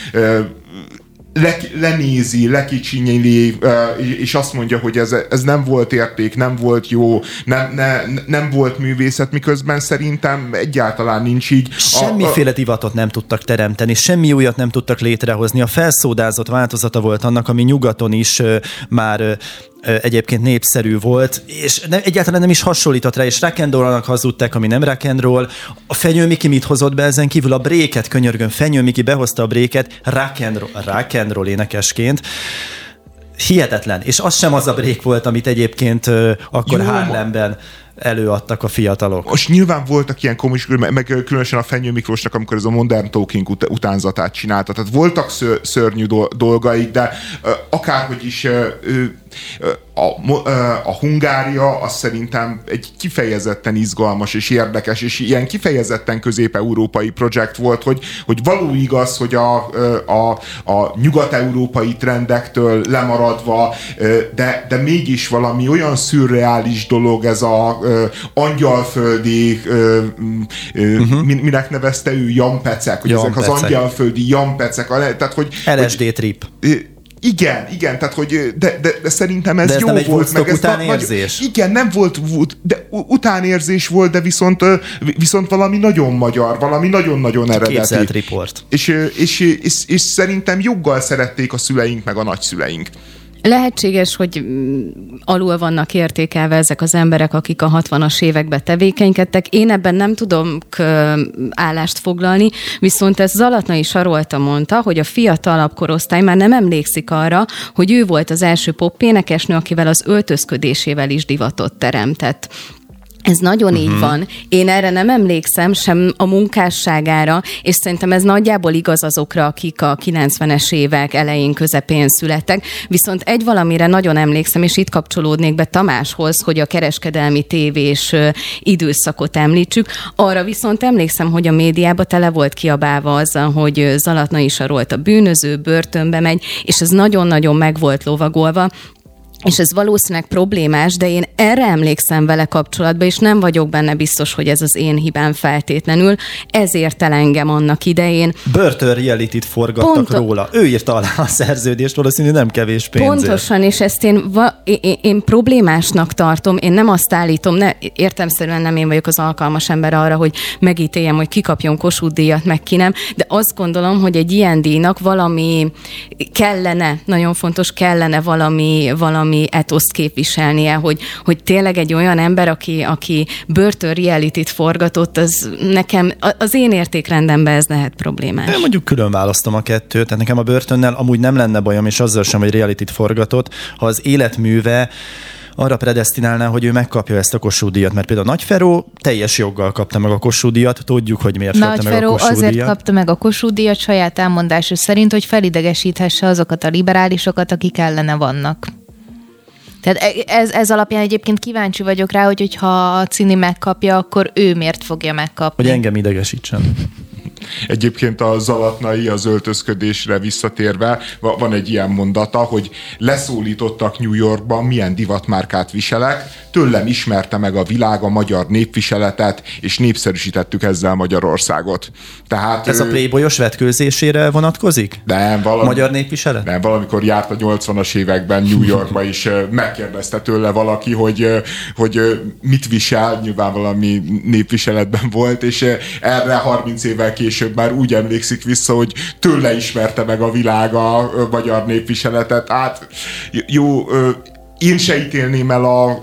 le, lenézi, lekicsinyeli, és azt mondja, hogy ez, ez nem volt érték, nem volt jó, nem, ne, nem volt művészet, miközben szerintem egyáltalán nincs így. Semmiféle divatot nem tudtak teremteni, semmi újat nem tudtak létrehozni. A felszódázott változata volt annak, ami nyugaton is már egyébként népszerű volt, és nem, egyáltalán nem is hasonlított rá, és rock and roll-nak hazudták, ami nem rock and roll. A Fenyő Miki mit hozott be ezen kívül? A bréket, könyörgön, Fenyő Miki behozta a bréket rock and roll, rock and roll énekesként. Hihetetlen. És az sem az a brék volt, amit egyébként uh, akkor Harlemben előadtak a fiatalok. Most nyilván voltak ilyen komis, meg különösen a Fenyő Miklósnak, amikor ez a Modern Talking ut- utánzatát csinálta. Tehát voltak ször- szörnyű do- dolgaik, de uh, akárhogy is uh, uh, a, uh, a Hungária az szerintem egy kifejezetten izgalmas és érdekes, és ilyen kifejezetten közép-európai projekt volt, hogy, hogy való igaz, hogy a, a, a nyugat-európai trendektől lemaradva, de, de mégis valami olyan szürreális dolog ez a angyalföldi, uh-huh. minek nevezte ő, jampecek, hogy jampecek. Ezek az angyalföldi jampecek, tehát hogy... el es dé trip. Igen, igen, tehát hogy de, de, de szerintem ez, de ez jó nem egy volt. Meg ez utánérzés? Nagy, igen, nem volt, de utánérzés volt, de viszont, viszont valami nagyon magyar, valami nagyon-nagyon eredeti. Képzelt riport. És, és, és, és, és szerintem joggal szerették a szüleink meg a nagyszüleink. Lehetséges, hogy alul vannak értékelve ezek az emberek, akik a hatvanas években tevékenykedtek. Én ebben nem tudom állást foglalni, viszont ez Zalatnai Sarolta mondta, hogy a fiatalabb korosztály már nem emlékszik arra, hogy ő volt az első pop-énekesnő, akivel az öltözködésével is divatot teremtett. Ez nagyon uh-huh. így van. Én erre nem emlékszem, sem a munkásságára, és szerintem ez nagyjából igaz azokra, akik a kilencvenes évek elején, közepén születtek. Viszont egy valamire nagyon emlékszem, és itt kapcsolódnék be Tamáshoz, hogy a kereskedelmi tévés időszakot említsük. Arra viszont emlékszem, hogy a médiában tele volt kiabálva azzal, hogy Zalatnai Sarolta bűnöző, börtönbe megy, és ez nagyon-nagyon meg volt lovagolva. És ez valószínűleg problémás, de én erre emlékszem vele kapcsolatban, és nem vagyok benne biztos, hogy ez az én hibám feltétlenül. Ezért el engem annak idején. Börtön realityt forgattak Ponto- róla. Ő írta alá a szerződést, valószínűleg nem kevés pénzért. Pontosan, és ezt én, va- én, én problémásnak tartom. Én nem azt állítom, ne, értelemszerűen nem én vagyok az alkalmas ember arra, hogy megítéljem, hogy ki kapjon Kossuth-díjat, meg ki nem, de azt gondolom, hogy egy ilyen díjnak valami kellene, nagyon fontos, kellene valami, valami etoszt képviselnie, hogy, hogy tényleg egy olyan ember, aki, aki börtön realityt forgatott, az nekem, az én értékrendemben ez lehet problémás. Én mondjuk külön választom a kettőt, tehát nekem a börtönnel amúgy nem lenne bajom, és azzal sem, hogy realityt forgatott, ha az életműve arra predesztinálná, hogy ő megkapja ezt a Kossuth-díjat, mert például Nagy Feró teljes joggal kapta meg a Kossuth-díjat, tudjuk, hogy miért Nagy kapta meg Feró a Kossuth-díjat. azért kapta meg a Kossuth-díjat saját elmondása szerint, hogy felidegesíthesse azokat a liberálisokat, akik ellene vannak. Tehát ez, ez alapján egyébként kíváncsi vagyok rá, hogy hogyha a Cini megkapja, akkor ő miért fogja megkapni. Hogy engem idegesítsen. Egyébként a Zalatnai az öltözködésre visszatérve van egy ilyen mondata, hogy leszólítottak New Yorkban, milyen divatmárkát viselek, tőlem ismerte meg a világ a magyar népviseletet, és népszerűsítettük ezzel Magyarországot. Tehát ez ő... a Playboyos vetkőzésére vonatkozik? Nem, valami... Magyar népviselet? Nem, valamikor járt a nyolcvanas években New Yorkba, és megkérdezte tőle valaki, hogy, hogy mit visel, nyilván valami népviseletben volt, és erre harminc évvel később már úgy emlékszik vissza, hogy tőle ismerte meg a világ a magyar népviseletet. Hát jó, én se ítélném el a...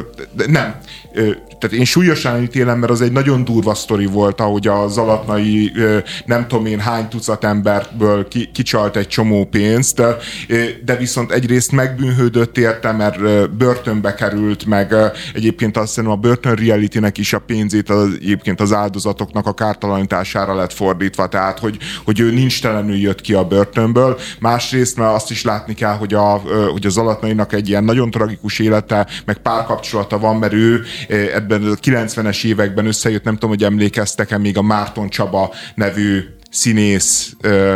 Nem. Tehát én súlyosan ítélem, mert az egy nagyon durva sztori volt, ahogy a Zalatnai nem tudom én hány tucat emberből kicsalt egy csomó pénzt, de viszont egyrészt megbűnhődött érte, mert börtönbe került, meg egyébként azt hiszem a börtön realitynek is a pénzét az, egyébként az áldozatoknak a kártalanítására lett fordítva, tehát hogy, hogy ő nincs telenül jött ki a börtönből. Másrészt mert azt is látni kell, hogy a, hogy a Zalatnainak egy ilyen nagyon tragikus élete, meg párkapcsolata van, mert ő ebben a kilencvenes években összejött, nem tudom, hogy emlékeztek-e még a Márton Csaba nevű színész,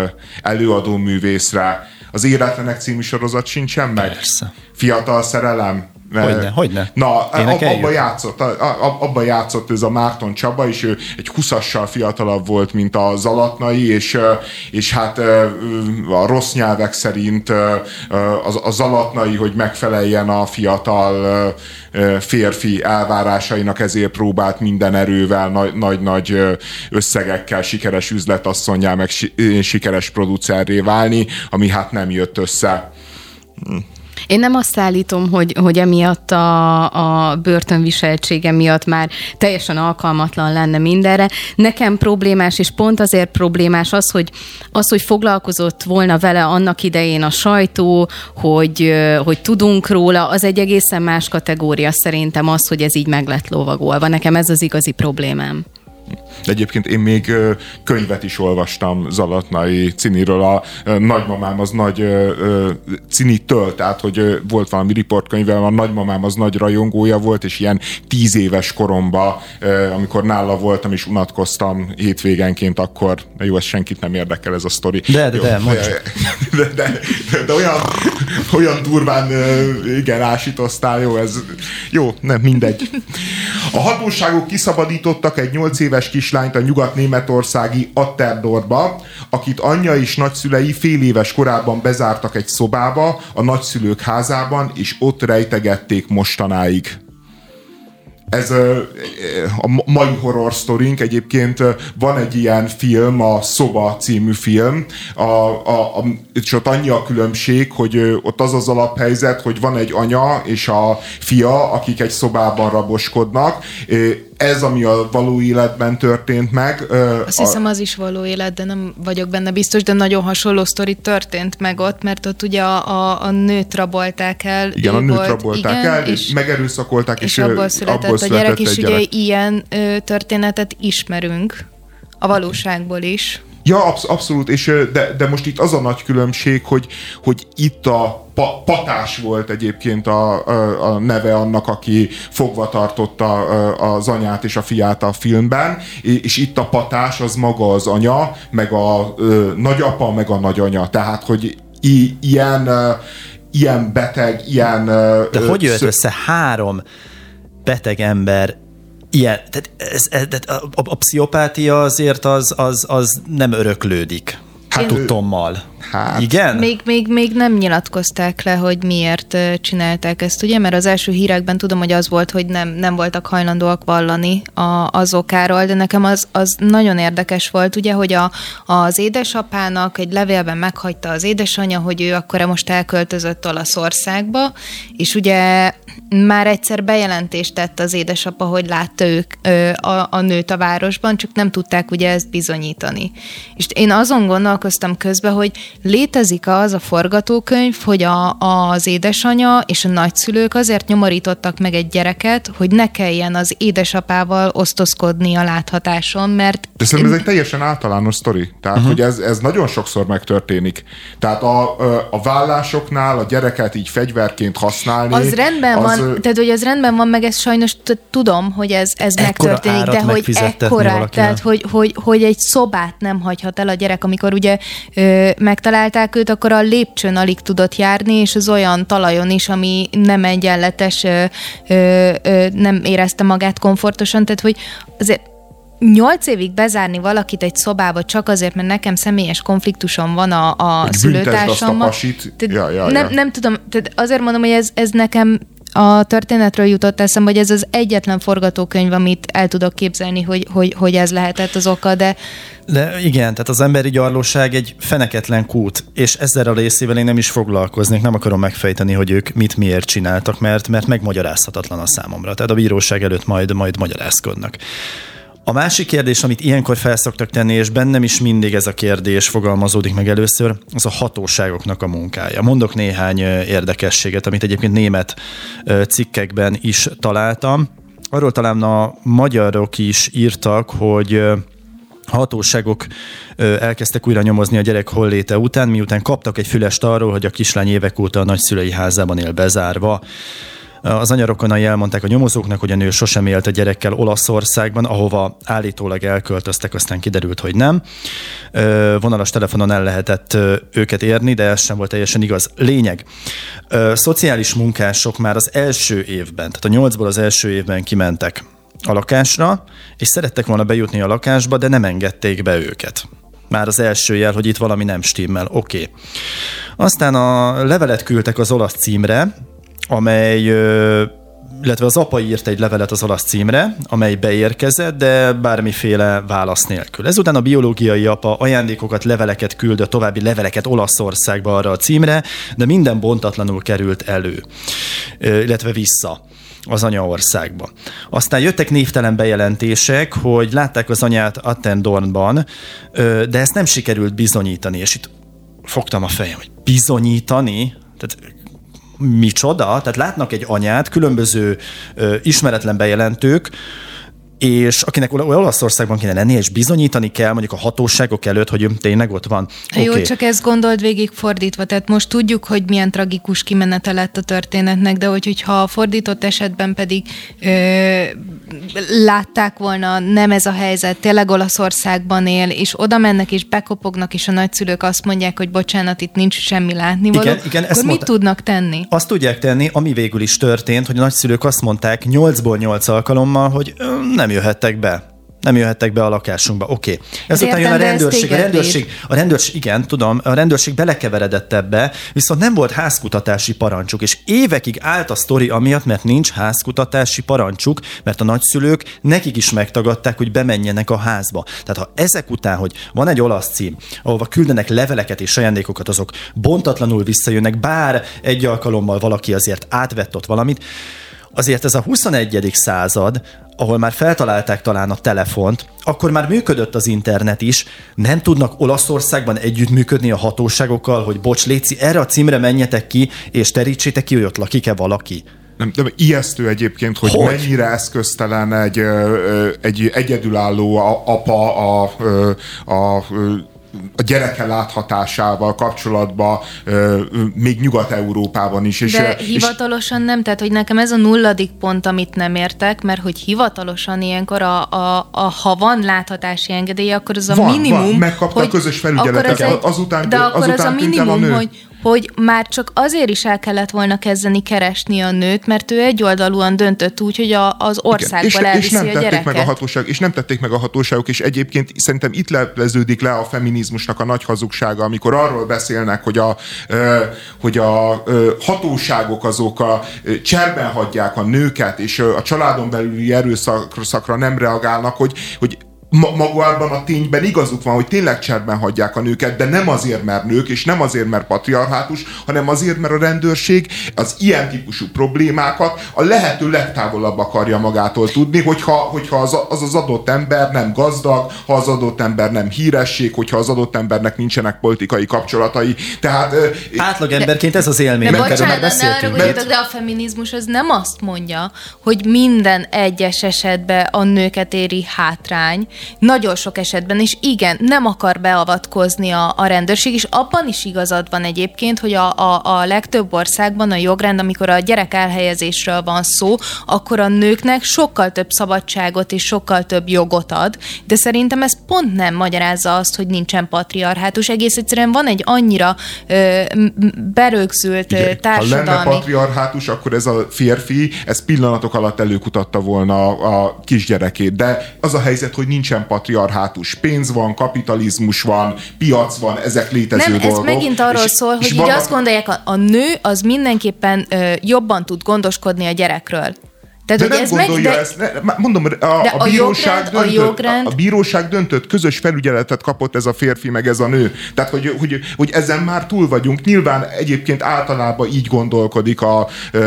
előadó művészre. Az Éretlenek című sorozat sincsen meg? Persze. Fiatal szerelem? Hogyne, hogyne. Na, abban játszott, abban játszott ez a Márton Csaba, és ő egy huszassal fiatalabb volt, mint a Zalatnai, és, és hát a rossz nyelvek szerint a Zalatnai, hogy megfeleljen a fiatal férfi elvárásainak, ezért próbált minden erővel, nagy-nagy összegekkel sikeres üzletasszonnyá, meg sikeres producerré válni, ami hát nem jött össze. Én nem azt állítom, hogy, hogy emiatt a, a börtönviseltsége miatt már teljesen alkalmatlan lenne mindenre. Nekem problémás, és pont azért problémás az, hogy, az, hogy foglalkozott volna vele annak idején a sajtó, hogy, hogy tudunk róla, az egy egészen más kategória szerintem az, hogy ez így meg lett lovagolva. Nekem ez az igazi problémám. De egyébként én még könyvet is olvastam Zalatnai Ciniről, a nagymamám az nagy Cinitől, tehát hogy volt valami riportkönyve, a nagymamám az nagy rajongója volt, és ilyen tíz éves koromban, amikor nála voltam és unatkoztam hétvégenként, akkor, jó, ez senkit nem érdekel ez a sztori. De, de, de, de, de, de, de olyan, olyan durván igen, ásítoztál, jó, ez jó, nem, mindegy. A hatóságok kiszabadítottak egy nyolc éves kislányt a nyugat-németországi Atterdorba, akit anyja és nagyszülei fél éves korában bezártak egy szobába, a nagyszülők házában, és ott rejtegették mostanáig. Ez a mai horror sztorink, egyébként van egy ilyen film, a Szoba című film, a, a, a, és ott annyi a különbség, hogy ott az az alaphelyzet, hogy van egy anya és a fia, akik egy szobában raboskodnak. Ez, ami a való életben történt meg. Azt a... hiszem, az is való élet, de nem vagyok benne biztos, de nagyon hasonló sztori történt meg ott, mert ott ugye a, a, a nőt rabolták el. Igen, a nőt volt, rabolták igen, el, és megerőszakolták, és, és abból született abból a gyerek, és gyerek. ugye ilyen ö, történetet ismerünk a valóságból is. Ja, absz- abszolút, és de, de most itt az a nagy különbség, hogy, hogy itt a pa- Patás volt egyébként a, a, a neve annak, aki fogva tartotta az anyát és a fiát a filmben, és itt a Patás az maga az anya, meg a ö, nagyapa, meg a nagyanya. Tehát, hogy i- ilyen, ö, ilyen beteg, ilyen... De ö, hogy jött szö- össze három beteg ember ilyen, tehát ez, ez, a, a, a pszichopátia azért az, az, az nem öröklődik. Hát tudtommal. Hát. Igen? Még, még, még nem nyilatkozták le, hogy miért csinálták ezt, ugye? Mert az első hírekben tudom, hogy az volt, hogy nem, nem voltak hajlandóak vallani a, az okáról, de nekem az, az nagyon érdekes volt, ugye, hogy a, az édesapának egy levélben meghagyta az édesanyja, hogy ő akkor most elköltözött Olaszországba, és ugye már egyszer bejelentést tett az édesapa, hogy látta ők a, a nőt a városban, csak nem tudták ugye ezt bizonyítani. És én azon gondolkoztam közben, hogy létezik az a forgatókönyv, hogy a, az édesanya és a nagyszülők azért nyomorítottak meg egy gyereket, hogy ne kelljen az édesapával osztozkodni a láthatáson, mert... De szerintem ez egy teljesen általános sztori. Tehát, uh-huh. hogy ez, ez nagyon sokszor megtörténik. Tehát a, a vállásoknál a gyereket így fegyverként használni... Az rendben az, van, tehát hogy az rendben van, meg ezt sajnos t- tudom, hogy ez, ez megtörténik, de hogy ekkorát, tehát hogy, hogy, hogy egy szobát nem hagyhat el a gyerek, amikor ugye ö, megtalálták őt, akkor a lépcsőn alig tudott járni, és az olyan talajon is, ami nem egyenletes, ö, ö, ö, nem érezte magát komfortosan, tehát hogy azért nyolc évig bezárni valakit egy szobába csak azért, mert nekem személyes konfliktusom van a, a szülőtársammal. Ja, ja, nem, ja. nem tudom, tehát azért mondom, hogy ez, ez nekem a történetről jutott eszembe, hogy ez az egyetlen forgatókönyv, amit el tudok képzelni, hogy, hogy, hogy ez lehetett az oka, de... De igen, tehát az emberi gyarlóság egy feneketlen kút, és ezzel a részével én nem is foglalkoznék, nem akarom megfejteni, hogy ők mit miért csináltak, mert, mert megmagyarázhatatlan a számomra. Tehát a bíróság előtt majd, majd magyarázkodnak. A másik kérdés, amit ilyenkor felszoktak tenni, és bennem is mindig ez a kérdés fogalmazódik meg először, az a hatóságoknak a munkája. Mondok néhány érdekességet, amit egyébként német cikkekben is találtam. Arról talán a magyarok is írtak, hogy hatóságok elkezdtek újra nyomozni a gyerek holléte után, miután kaptak egy fülest arról, hogy a kislány évek óta a nagyszülei házában él bezárva. Az anyarokonai elmondták a nyomozóknak, hogy a nő sosem élt a gyerekkel Olaszországban, ahova állítólag elköltöztek, aztán kiderült, hogy nem. Vonalas telefonon el lehetett őket érni, de ez sem volt teljesen igaz. Lényeg. Szociális munkások már az első évben, tehát a nyolcból az első évben kimentek a lakásra, és szerettek volna bejutni a lakásba, de nem engedték be őket. Már az első jel, hogy itt valami nem stimmel. Oké. Okay. Aztán a levelet küldtek az olasz címre, amely, illetve az apa írt egy levelet az olasz címre, amely beérkezett, de bármiféle válasz nélkül. Ezután a biológiai apa ajándékokat, leveleket küldött, további leveleket Olaszországba arra a címre, de minden bontatlanul került elő, illetve vissza az anyaországba. Aztán jöttek névtelen bejelentések, hogy látták az anyát Attendornban, de ezt nem sikerült bizonyítani, és itt fogtam a fejem, hogy bizonyítani? Tehát micsoda? Tehát látnak egy anyát, különböző ö, ismeretlen bejelentők, és akinek Olaszországban kéne lenni, és bizonyítani kell mondjuk a hatóságok előtt, hogy tényleg ott van. Jó, okay. Csak ezt gondold végig fordítva, tehát most tudjuk, hogy milyen tragikus kimenete lett a történetnek, de hogy, hogyha a fordított esetben pedig ö, látták volna, nem ez a helyzet, tényleg Olaszországban él, és oda mennek, és bekopognak, és a nagyszülők azt mondják, hogy bocsánat, itt nincs semmi látnivaló, igen, igen, akkor mit mondta, tudnak tenni? Azt tudják tenni, ami végül is történt, hogy a nagyszülők azt mondták nyolcból nyolc alkalommal, hogy nem jöhettek be. nem jöhettek be a lakásunkba. Oké. Okay. Ezután jön a rendőrség. A rendőrség, a rendőrség, igen, tudom, a rendőrség belekeveredett ebbe, viszont nem volt házkutatási parancsuk, és évekig állt a sztori amiatt, mert nincs házkutatási parancsuk, mert a nagyszülők nekik is megtagadták, hogy bemenjenek a házba. Tehát ha ezek után, hogy van egy olasz cím, ahova küldenek leveleket és ajándékokat, azok bontatlanul visszajönnek, bár egy alkalommal valaki azért átvett ott valamit, azért ez a huszonegyedik század, ahol már feltalálták talán a telefont, akkor már működött az internet is, nem tudnak Olaszországban együttműködni a hatóságokkal, hogy bocs, léci, erre a címre menjetek ki, és terítsétek ki, hogy ott lakik-e valaki. Nem, de ijesztő egyébként, hogy, hogy mennyire eszköztelen egy, egy egyedülálló apa a, a, a a gyereke láthatásával kapcsolatban még Nyugat-Európában is. És, De és hivatalosan nem, tehát hogy nekem ez a nulladik pont, amit nem értek, mert hogy hivatalosan ilyenkor, a, a, a, ha van láthatási engedély, akkor az a van, minimum, van, megkapta hogy a közös felügyeletet, az egy, azután, de akkor azután az a tűnt el a minimum, nő. hogy hogy már csak azért is el kellett volna kezdeni keresni a nőt, mert ő egyoldalúan döntött úgy, hogy a, az országból elviszi és nem a gyereket. Meg a hatóság, és nem tették meg a hatóságok, és egyébként szerintem itt lepleződik le a feminizmusnak a nagy hazugsága, amikor arról beszélnek, hogy a, hogy a hatóságok azok a cserben hagyják a nőket, és a családon belüli erőszakra nem reagálnak, hogy, hogy magában a tényben igazuk van, hogy tényleg cserben hagyják a nőket, de nem azért, mert nők, és nem azért, mert patriarhátus, hanem azért, mert a rendőrség az ilyen típusú problémákat a lehető legtávolabb akarja magától tudni, hogyha, hogyha az, az az adott ember nem gazdag, ha az adott ember nem híresség, hogyha az adott embernek nincsenek politikai kapcsolatai. Tehát átlagemberként ez az élmény. De bocsánat, ne arra gondoltok, de a feminizmus az nem azt mondja, hogy minden egyes esetben a nőket éri hátrány. Nagyon sok esetben, és igen, nem akar beavatkozni a, a rendőrség, és abban is igazad van egyébként, hogy a, a, a legtöbb országban a jogrend, amikor a gyerek elhelyezésről van szó, akkor a nőknek sokkal több szabadságot és sokkal több jogot ad, de szerintem ez pont nem magyarázza azt, hogy nincsen patriarhátus. Egész egyszerűen van egy annyira ö, berögzült igen, társadalmi... Ha lenne patriarhátus, akkor ez a férfi, ez pillanatok alatt előkutatta volna a, a kisgyerekét, de az a helyzet, hogy nincsen patriarhátus. Pénz van, kapitalizmus van, piac van, ezek létező nem, dolgok. Nem, ez megint arról és, szól, hogy így maga... azt gondolják, a, a nő az mindenképpen ö, jobban tud gondoskodni a gyerekről. Tehát, de nem ez gondolja meg, de... ezt. Ne, mondom, a, a, a, bíróság jogrend, döntött, a, jogrend... a bíróság döntött, közös felügyeletet kapott ez a férfi, meg ez a nő. Tehát, hogy, hogy, hogy ezen már túl vagyunk. Nyilván egyébként általában így gondolkodik a,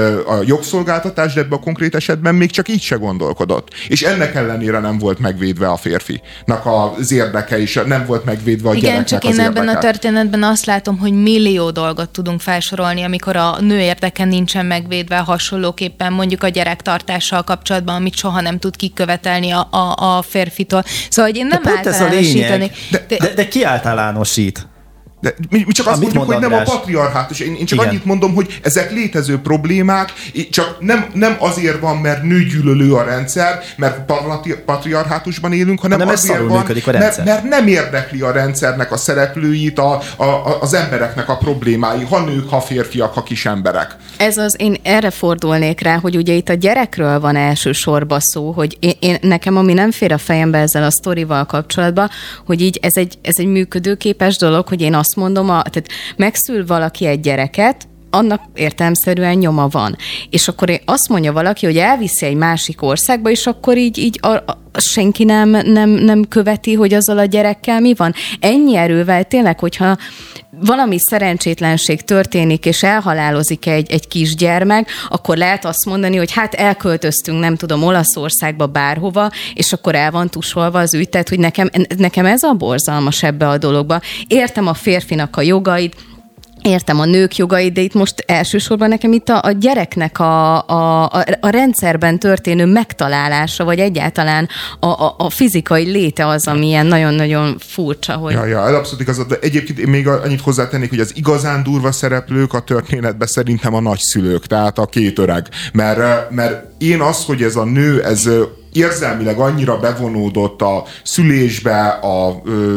a jogszolgáltatás, de ebben a konkrét esetben még csak így se gondolkodott. És ennek ellenére nem volt megvédve a férfinak az érdeke, és nem volt megvédve a igen, gyereknek csak az én érdeke. Ebben a történetben azt látom, hogy millió dolgot tudunk felsorolni, amikor a nő érdeke nincsen megvédve, hasonlóképpen mondjuk a gyerektart kapcsolatban, amit soha nem tud kikövetelni a, a, a férfitól. Szóval, hogy én nem általánosítanék. De, de, de, de ki általánosít? De mi, mi csak azt mondjuk, hogy nem a patriarhátus. Én, én csak igen. annyit mondom, hogy ezek létező problémák, csak nem, nem azért van, mert nőgyűlölő a rendszer, mert patriarhátusban élünk, hanem nem azért van, mert, mert nem érdekli a rendszernek a szereplőit, a, a, az embereknek a problémái, ha nők, ha férfiak, ha kis emberek. Ez az, én erre fordulnék rá, hogy ugye itt a gyerekről van elsősorban szó, hogy én, én, nekem ami nem fér a fejembe ezzel a sztorival kapcsolatban, hogy így ez egy, ez egy működőképes dolog, hogy én azt mondom, a, tehát megszül valaki egy gyereket, annak értelemszerűen nyoma van. És akkor azt mondja valaki, hogy elviszi egy másik országba, és akkor így, így a, a, senki nem, nem, nem követi, hogy azzal a gyerekkel mi van. Ennyi erővel tényleg, hogyha valami szerencsétlenség történik, és elhalálozik egy, egy kisgyermek, akkor lehet azt mondani, hogy hát elköltöztünk, nem tudom, Olaszországba, bárhova, és akkor el van tusolva az ügy. Tehát, hogy nekem, nekem ez a borzalmas ebbe a dologba. Értem a férfinak a jogait, értem a nők jogait, de itt most elsősorban nekem itt a, a gyereknek a, a, a, a rendszerben történő megtalálása, vagy egyáltalán a, a, a fizikai léte az, ami ilyen nagyon-nagyon furcsa. Hogy... Ja, ja, abszolút igazad, de egyébként én még annyit hozzátennék, hogy az igazán durva szereplők a történetben szerintem a nagyszülők, tehát a két öreg. Mert, mert én az, hogy ez a nő, ez érzelmileg annyira bevonódott a szülésbe, a,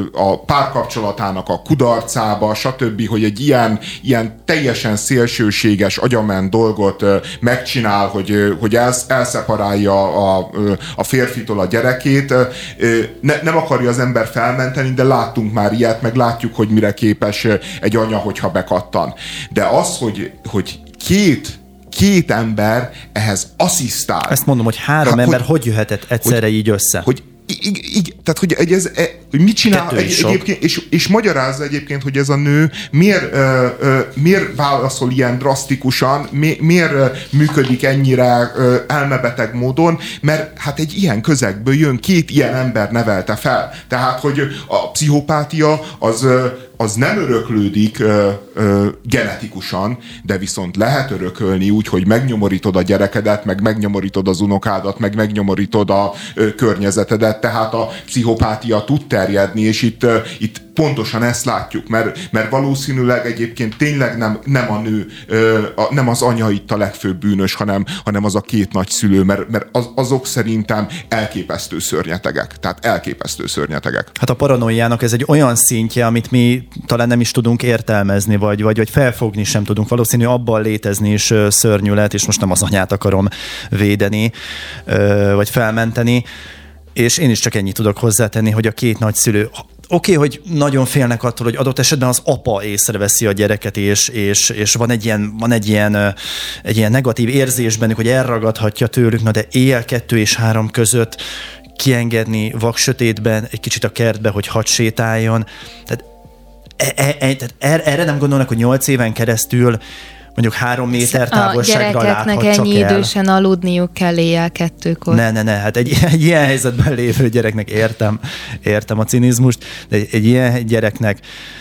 a párkapcsolatának a kudarcába, stb., hogy egy ilyen, ilyen teljesen szélsőséges, agyament dolgot megcsinál, hogy, hogy elszeparálja a, a férfitól a gyerekét. Ne, nem akarja az ember felmenteni, de láttunk már ilyet, meg látjuk, hogy mire képes egy anya, hogyha bekattan. De az, hogy, hogy két két ember ehhez asszisztál. Ezt mondom, hogy három hát, ember hogy, hogy jöhetett egyszerre hogy, így össze? Hogy így, így, tehát, hogy, ez, hogy mit csinál egy, egyébként, és, és magyarázza egyébként, hogy ez a nő miért, ö, ö, miért válaszol ilyen drasztikusan, mi, miért ö, működik ennyire ö, elmebeteg módon, mert hát egy ilyen közegből jön, két ilyen ember nevelte fel. Tehát, hogy a pszichopátia az ö, az nem öröklődik ö, ö, genetikusan, de viszont lehet örökölni úgy, hogy megnyomorítod a gyerekedet, meg megnyomorítod az unokádat, meg megnyomorítod a ö, környezetedet, tehát a pszichopátia tud terjedni, és itt, ö, itt pontosan ezt látjuk, mert, mert valószínűleg egyébként tényleg nem, nem a nő, ö, a, nem az anya itt a legfőbb bűnös, hanem, hanem az a két nagyszülő, mert, mert az, azok szerintem elképesztő szörnyetegek. Tehát elképesztő szörnyetegek. Hát a paranoiának ez egy olyan szintje, amit mi talán nem is tudunk értelmezni, vagy, vagy, vagy felfogni sem tudunk. Valószínű abban létezni is szörnyű lehet, és most nem az anyát akarom védeni, vagy felmenteni, és én is csak ennyit tudok hozzátenni, hogy a két nagyszülő oké, okay, hogy nagyon félnek attól, hogy adott esetben az apa észreveszi a gyereket, és, és, és van, egy ilyen, van egy, ilyen, egy ilyen negatív érzés bennük, hogy elragadhatja tőlük, na de éjjel kettő és három között kiengedni vaksötétben, egy kicsit a kertbe, hogy hadd sétáljon. Tehát, e, e, e, tehát erre nem gondolnak, hogy nyolc éven keresztül mondjuk három méter távolságra láthat csak el. A gyerekeknek ennyi idősen aludniuk kell éjjel kettőkor. Ne, ne, ne, hát egy, egy ilyen helyzetben lévő gyereknek értem, értem a cinizmust, de egy, egy ilyen gyereknek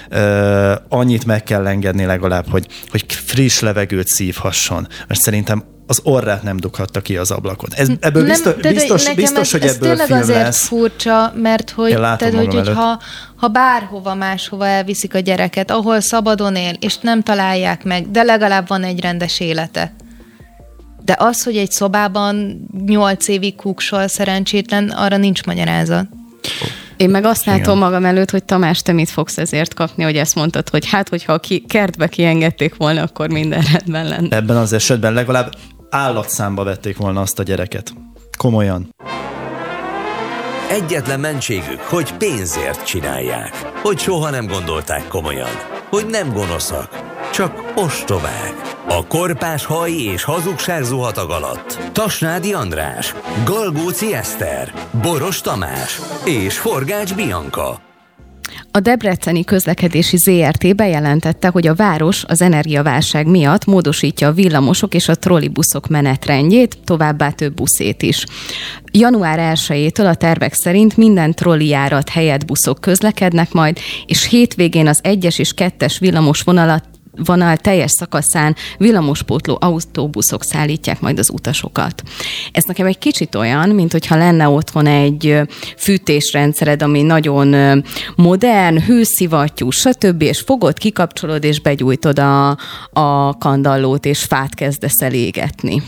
uh, annyit meg kell engedni legalább, hogy, hogy friss levegőt szívhasson. Mert szerintem az orrát nem dughatta ki az ablakon. Ez, ebből nem, biztos, biztos, biztos ez, hogy ebből ez film azért lesz. Furcsa, mert hogy, tehát, hogy, hogy ha, ha bárhova máshova elviszik a gyereket, ahol szabadon él, és nem találják meg, de legalább van egy rendes élete. De az, hogy egy szobában nyolc évig kuksol szerencsétlen, arra nincs magyarázat. Én meg azt látom magam előtt, hogy Tamás, te mit fogsz ezért kapni, hogy ezt mondtad, hogy hát, hogyha ki, kertbe kiengedték volna, akkor minden rendben lenne. Ebben az esetben legalább állatszámba vették volna azt a gyereket. Komolyan. Egyetlen mentségük, hogy pénzért csinálják. Hogy soha nem gondolták komolyan. Hogy nem gonoszak, csak ostobák. A korpás haj és hazugság zuhatag alatt Tasnádi András, Galgóci Eszter, Boros Tamás és Forgács Bianca. A Debreceni Közlekedési zé er té bejelentette, hogy a város az energiaválság miatt módosítja a villamosok és a trollibuszok menetrendjét, továbbá több buszét is. január elsejétől a tervek szerint minden trollijárat helyett buszok közlekednek majd, és hétvégén az egyes és kettes villamos vonalat vonal teljes szakaszán villamospótló autóbuszok szállítják majd az utasokat. Ez nekem egy kicsit olyan, mint hogyha lenne otthon egy fűtésrendszered, ami nagyon modern, hőszivattyú, stb., és fogod, kikapcsolod, és begyújtod a, a kandallót, és fát kezdesz el égetni.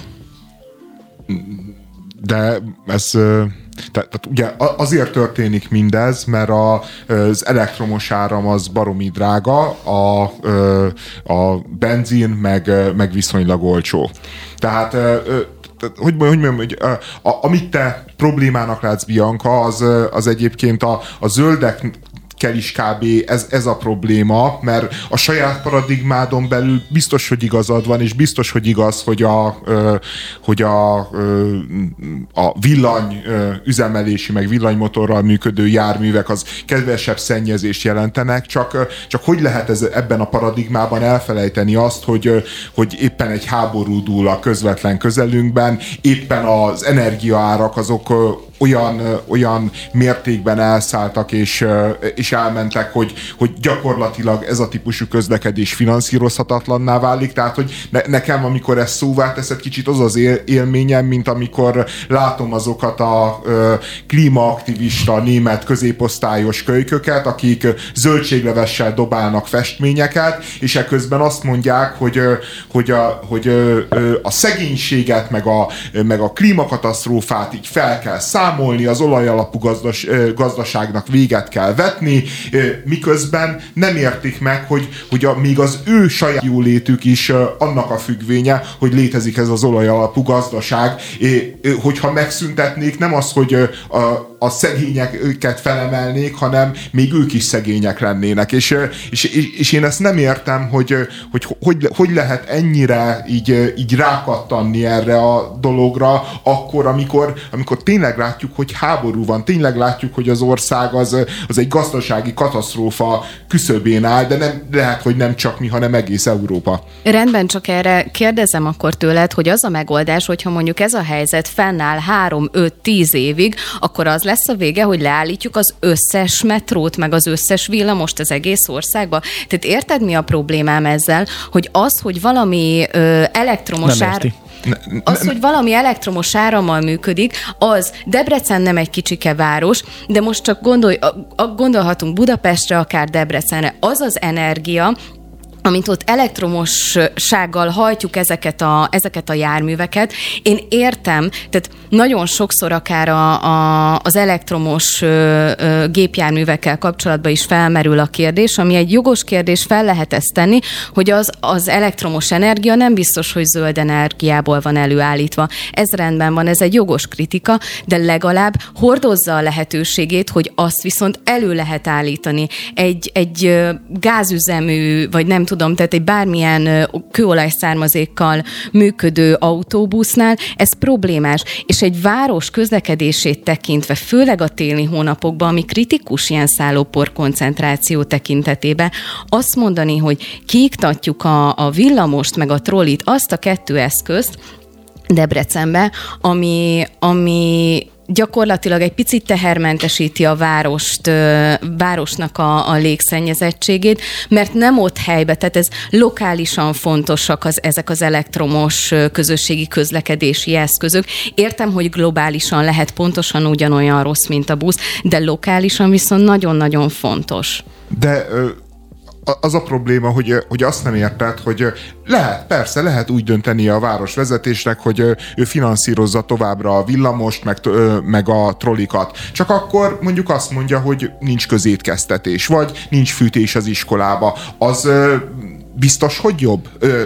De ez... Tehát ugye azért történik mindez, mert a, az elektromos áram az baromi drága, a, a benzin meg, meg viszonylag olcsó. Tehát, hogy mondjam, hogy amit te problémának látsz, Bianca, az, az egyébként a, a zöldek kell is kb. Ez, ez a probléma, mert a saját paradigmádon belül biztos, hogy igazad van, és biztos, hogy igaz, hogy a, hogy a, a villany üzemelési, meg villanymotorral működő járművek az kevesebb szennyezést jelentenek, csak, csak hogy lehet ez, ebben a paradigmában elfelejteni azt, hogy, hogy éppen egy háború dúl a közvetlen közelünkben, éppen az energiaárak azok olyan, olyan mértékben elszálltak és, és elmentek, hogy, hogy gyakorlatilag ez a típusú közlekedés finanszírozhatatlanná válik. Tehát, hogy ne, nekem, amikor ezt szóvá teszed, kicsit az az él, élményem, mint amikor látom azokat a ö, klímaaktivista német középosztályos kölyköket, akik zöldséglevessel dobálnak festményeket, és ekközben azt mondják, hogy, hogy, a, hogy a szegénységet, meg a, meg a klímakatasztrófát így fel kell számolni, az olajalapú gazdas, gazdaságnak véget kell vetni, miközben nem értik meg, hogy, hogy a, még az ő saját jólétük is annak a függvénye, hogy létezik ez az olajalapú gazdaság, hogyha megszüntetnék, nem az, hogy a, a szegényeket felemelnék, hanem még ők is szegények lennének. És, és, és én ezt nem értem, hogy hogy, hogy hogy lehet ennyire így, így rákattanni erre a dologra, akkor, amikor, amikor tényleg látjuk, hogy háború van, tényleg látjuk, hogy az ország az, az egy gazdasági katasztrófa küszöbén áll, de nem, lehet, hogy nem csak mi, hanem egész Európa. Rendben, csak erre kérdezem akkor tőled, hogy az a megoldás, hogyha mondjuk ez a helyzet fennáll három, öt, tíz évig, akkor az lesz a vége, hogy leállítjuk az összes metrót, meg az összes villamost az egész országba. Tehát érted, mi a problémám ezzel, hogy az, hogy valami ö, elektromos ár... Az, hogy valami elektromos árammal működik, az Debrecen nem egy kicsike város, de most csak gondolj, gondolhatunk Budapestre, akár Debrecenre. Az az energia, amint ott elektromossággal hajtjuk ezeket a, ezeket a járműveket. Én értem, tehát nagyon sokszor akár a, a, az elektromos ö, ö, gépjárművekkel kapcsolatban is felmerül a kérdés, ami egy jogos kérdés, fel lehet ezt tenni, hogy az, az elektromos energia nem biztos, hogy zöld energiából van előállítva. Ez rendben van, ez egy jogos kritika, de legalább hordozza a lehetőségét, hogy azt viszont elő lehet állítani. Egy, egy gázüzemű, vagy nem tudom, tehát egy bármilyen kőolajszármazékkal működő autóbusznál ez problémás, és egy város közlekedését tekintve, főleg a téli hónapokban, ami kritikus ilyen szállópor koncentráció tekintetében, azt mondani, hogy kiiktatjuk a, a villamost meg a trollit, azt a kettő eszközt Debrecenbe, ami, ami gyakorlatilag egy picit tehermentesíti a várost, városnak a, a légszennyezettségét, mert nem ott helybe, tehát ez lokálisan fontosak az, ezek az elektromos közösségi közlekedési eszközök. Értem, hogy globálisan lehet pontosan ugyanolyan rossz, mint a busz, de lokálisan viszont nagyon-nagyon fontos. De... Ö... az a probléma, hogy, hogy azt nem érted, hogy lehet, persze, lehet úgy dönteni a városvezetésnek, hogy ő finanszírozza továbbra a villamost, meg, meg a trollikat. Csak akkor mondjuk azt mondja, hogy nincs közétkeztetés, vagy nincs fűtés az iskolába. Az biztos, hogy jobb?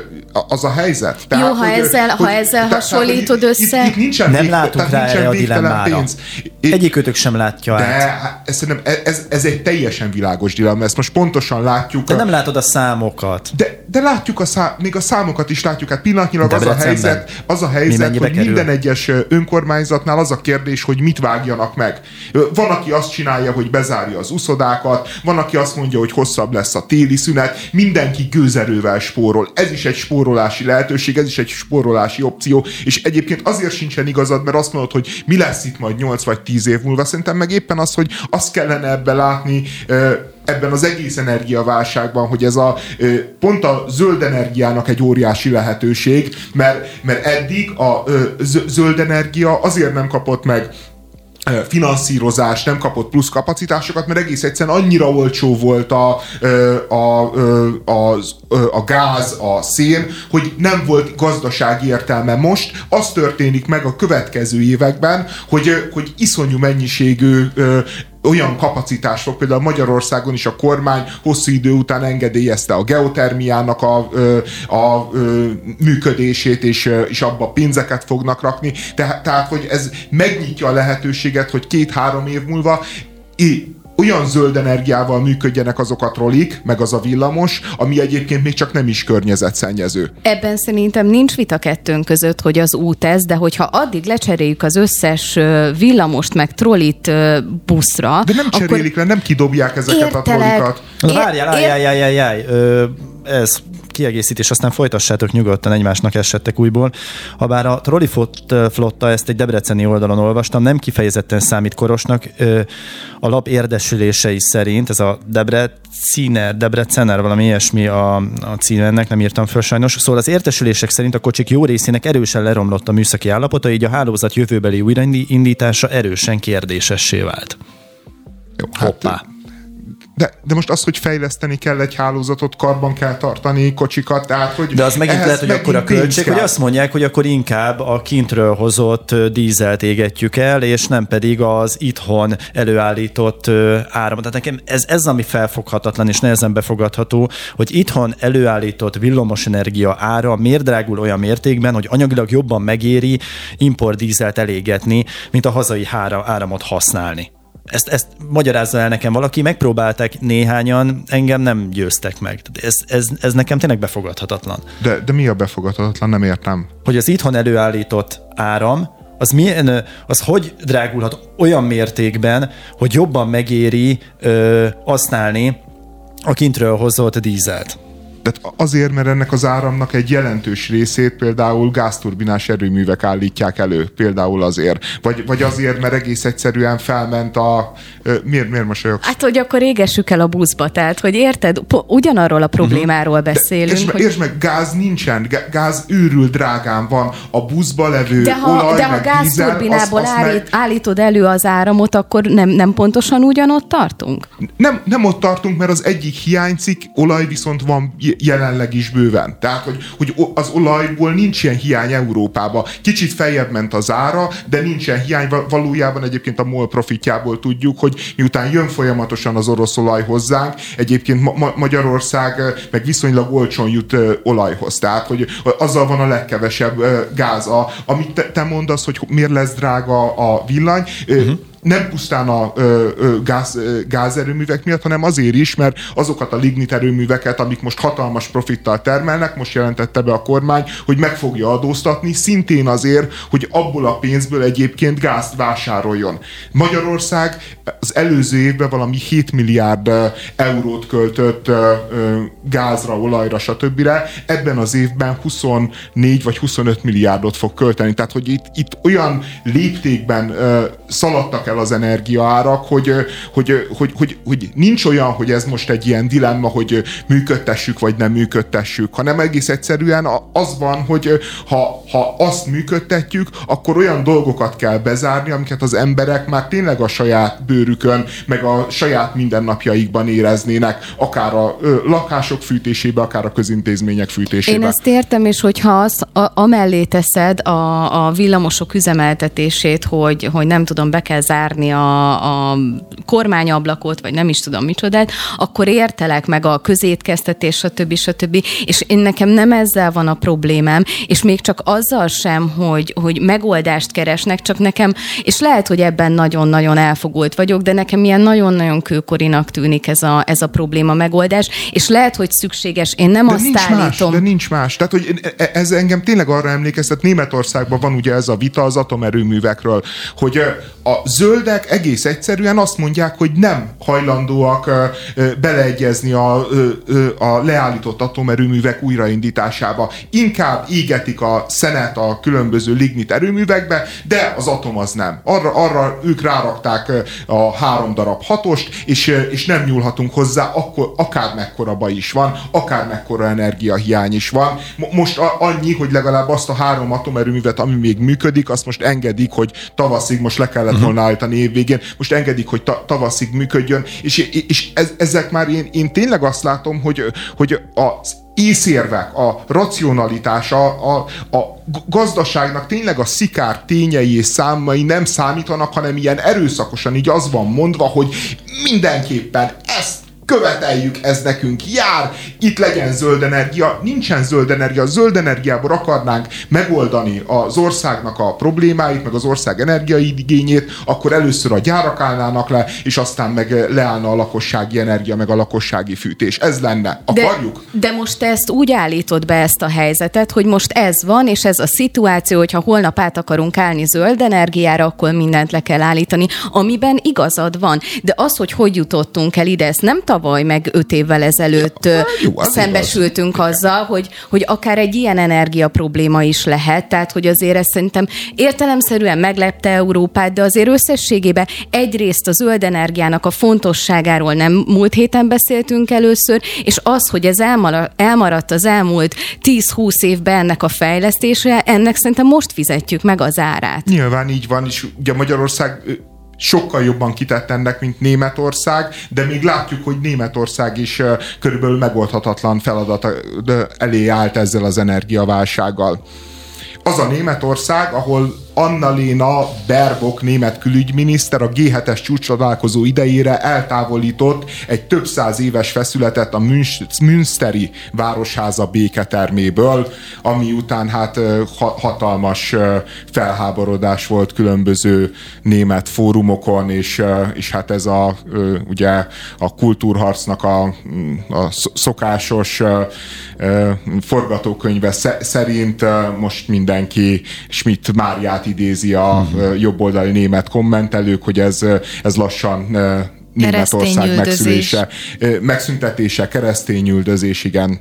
Az a helyzet? Tehát, jó, ha hogy, ezzel, hogy, ha ezzel tehát, hasonlítod tehát, össze... Itt, itt nincsen nem vég, látunk rá erre a dilemmára. Egyikőtök sem látja de át. Ez, ez, ez egy teljesen világos dilemma. Ezt most pontosan látjuk. De nem látod a számokat. De, de látjuk a szá, még a számokat is látjuk. Hát pillanatnyilag az a helyzet, az a helyzet hogy kerül? Minden egyes önkormányzatnál az a kérdés, hogy mit vágjanak meg. Van, aki azt csinálja, hogy bezárja az uszodákat, van, aki azt mondja, hogy hosszabb lesz a téli szünet, mindenki gőzerővel spórol. Ez is egy spórolási lehetőség, ez is egy spórolási opció, és egyébként azért sincsen igazad, mert azt mondod, hogy mi lesz itt majd nyolc vagy tíz év múlva. Szerintem meg éppen az, hogy azt kellene ebben látni, ebben az egész energiaválságban, hogy ez a pont a zöld energiának egy óriási lehetőség, mert, mert eddig a zöld energia azért nem kapott meg finanszírozás, nem kapott plusz kapacitásokat, mert egész egyszerűen annyira olcsó volt a, a, a, a, a gáz, a szén, hogy nem volt gazdasági értelme. Most az történik meg a következő években, hogy, hogy iszonyú mennyiségű olyan kapacitás fog, például Magyarországon is a kormány hosszú idő után engedélyezte a geotermiának a, a, a működését, és, és abba pénzeket fognak rakni. Tehát, tehát, hogy ez megnyitja a lehetőséget, hogy két-három év múlva olyan zöld energiával működjenek azok a trollik, meg az a villamos, ami egyébként még csak nem is környezetszennyező. Ebben szerintem nincs vita kettőnk között, hogy az út ez, de hogyha addig lecseréljük az összes villamost, meg trollit buszra... De nem cserélik akkor... le, nem kidobják ezeket Értelek. a trollikat. Várjál, állj, állj, állj, állj, ez... kiegészítés, aztán folytassátok nyugodtan, egymásnak esettek újból. Habár a trolli flotta, ezt egy debreceni oldalon olvastam, nem kifejezetten számít korosnak. A lap érdesülései szerint, ez a Debreciner, Debrecener, valami ilyesmi a, a címennek, nem írtam föl sajnos. Szóval az értesülések szerint a kocsik jó részének erősen leromlott a műszaki állapota, így a hálózat jövőbeli újraindítása erősen kérdésessé vált. Jó, hoppá. Hát, de, de most az, hogy fejleszteni kell egy hálózatot, karban kell tartani kocsikat, tehát hogy... De az megint lehet, hogy akkor a költség, hogy azt mondják, hogy akkor inkább a kintről hozott dízelt égetjük el, és nem pedig az itthon előállított áramot. Tehát nekem ez, ez ami felfoghatatlan és nehezen befogadható, hogy itthon előállított villamosenergia ára miért drágul olyan mértékben, hogy anyagilag jobban megéri import dízelt elégetni, mint a hazai áramot használni. Ezt, ezt magyarázza el nekem valaki, megpróbálták néhányan, engem nem győztek meg. Ez, ez, ez nekem tényleg befogadhatatlan. De, de mi a befogadhatatlan? Nem értem. Hogy az itthon előállított áram, az, milyen, az hogy drágulhat olyan mértékben, hogy jobban megéri ö, használni a kintről hozott dízelt. Tehát azért, mert ennek az áramnak egy jelentős részét például gázturbinás erőművek állítják elő, például azért. Vagy, vagy azért, mert egész egyszerűen felment a... Miért, miért mosolyogsz? Hát, hogy akkor égessük el a buszba, tehát, hogy érted, ugyanarról a problémáról beszélünk. De, és, hogy... és meg gáz nincsen, gáz őrül drágán van, a buszba levő de ha, olaj, de meg ha gázturbinából dízel, állít, meg... állítod elő az áramot, akkor nem, nem pontosan ugyanott tartunk? Nem, nem ott tartunk, mert az egyik hiányzik, olaj viszont van jelenleg is bőven. Tehát, hogy, hogy az olajból nincs ilyen hiány Európában. Kicsit feljebb ment az ára, de nincs ilyen hiány. Valójában egyébként a MOL profitjából tudjuk, hogy miután jön folyamatosan az orosz olaj hozzánk, egyébként Ma- Magyarország meg viszonylag olcsón jut olajhoz. Tehát, hogy azzal van a legkevesebb gáz. A, amit te, te mondasz, hogy miért lesz drága a villany, uh-huh. nem pusztán a ö, ö, gáz, ö, gázerőművek miatt, hanem azért is, mert azokat a lignit erőműveket, amik most hatalmas profittal termelnek, most jelentette be a kormány, hogy meg fogja adóztatni, szintén azért, hogy abból a pénzből egyébként gázt vásároljon. Magyarország az előző évben valami hét milliárd eurót költött ö, ö, gázra, olajra, stb. Ebben az évben huszonnégy vagy huszonöt milliárdot fog költeni. Tehát, hogy itt, itt olyan léptékben ö, szaladtak el az energiaárak, hogy, hogy, hogy, hogy, hogy nincs olyan, hogy ez most egy ilyen dilemma, hogy működtessük, vagy nem működtessük, hanem egész egyszerűen az van, hogy ha, ha azt működtetjük, akkor olyan dolgokat kell bezárni, amiket az emberek már tényleg a saját bőrükön, meg a saját mindennapjaikban éreznének, akár a ö, lakások fűtésébe, akár a közintézmények fűtésébe. Én ezt értem, és hogyha azt a, amellé teszed a, a villamosok üzemeltetését, hogy, hogy nem tudom, be kell zárni a, a kormányablakot, vagy nem is tudom micsodát, akkor értelek meg a közétkeztetés, stb. stb. És én nekem nem ezzel van a problémám, és még csak azzal sem, hogy, hogy megoldást keresnek, csak nekem, és lehet, hogy ebben nagyon-nagyon elfogult vagyok, de nekem ilyen nagyon-nagyon kőkorinak tűnik ez a, ez a probléma megoldás, és lehet, hogy szükséges, én nem de azt nincs állítom. Más, de nincs más. Tehát, hogy ez engem tényleg arra emlékeztet, Németországban van ugye ez a vita az atomerőművekről, hogy a zöldek egész egyszerűen azt mondják, hogy nem hajlandóak beleegyezni a, a leállított atomerőművek újraindításába. Inkább égetik a szenet a különböző lignit erőművekbe, de az atom az nem. Arra, arra ők rárakták a három darab hatost, és, és nem nyúlhatunk hozzá, akkor akár mekkora baj is van, akár mekkora energiahiány is van. Most annyi, hogy legalább azt a három atomerőművet, ami még működik, azt most engedik, hogy tavaszig most le kellett volna állítani évvégén, most engedik, hogy ta- tavaszig működjön, és, és ez, ezek már én, én tényleg azt látom, hogy, hogy az észérvek, a racionalitás, a, a, a gazdaságnak tényleg a szikár tényei és számai nem számítanak, hanem ilyen erőszakosan így az van mondva, hogy mindenképpen ezt követeljük, ez nekünk jár, itt legyen zöld energia, nincsen zöld energia, a zöld energiából akarnánk megoldani az országnak a problémáit, meg az ország energiaigényét, akkor először a gyárak állnának le, és aztán meg leállna a lakossági energia, meg a lakossági fűtés. Ez lenne. Akarjuk? De, de most te ezt úgy állítod be ezt a helyzetet, hogy most ez van, és ez a szituáció, hogyha holnap át akarunk állni zöld energiára, akkor mindent le kell állítani, amiben igazad van. De az, hogy hogy jutottunk el ide, ezt nem tavaly, meg öt évvel ezelőtt jó, szembesültünk igaz. azzal, hogy, hogy akár egy ilyen energia probléma is lehet, tehát hogy azért ezt szerintem értelemszerűen meglepte Európát, de azért összességében egyrészt a zöld energiának a fontosságáról nem múlt héten beszéltünk először, és az, hogy ez elmaradt az elmúlt tíz-húsz évben ennek a fejlesztése, ennek szerintem most fizetjük meg az árát. Nyilván így van, és ugye Magyarország sokkal jobban kitett ennek, mint Németország, de még látjuk, hogy Németország is körülbelül megoldhatatlan feladat elé állt ezzel az energiaválsággal. Az a Németország, ahol Annalena Baerbock német külügyminiszter a gé hetes csúcstalálkozó idejére eltávolított egy több száz éves feszületet a Münsteri városháza béketerméből, ami után hát hatalmas felháborodás volt különböző német fórumokon, és, és hát ez a, ugye, a kultúrharcnak a, a szokásos forgatókönyve szerint most mindenki Schmidt Máriát idézi a uh-huh. jobboldali német kommentelők, hogy ez, ez lassan Németország megszűnése, megszüntetése, keresztényüldözés, igen.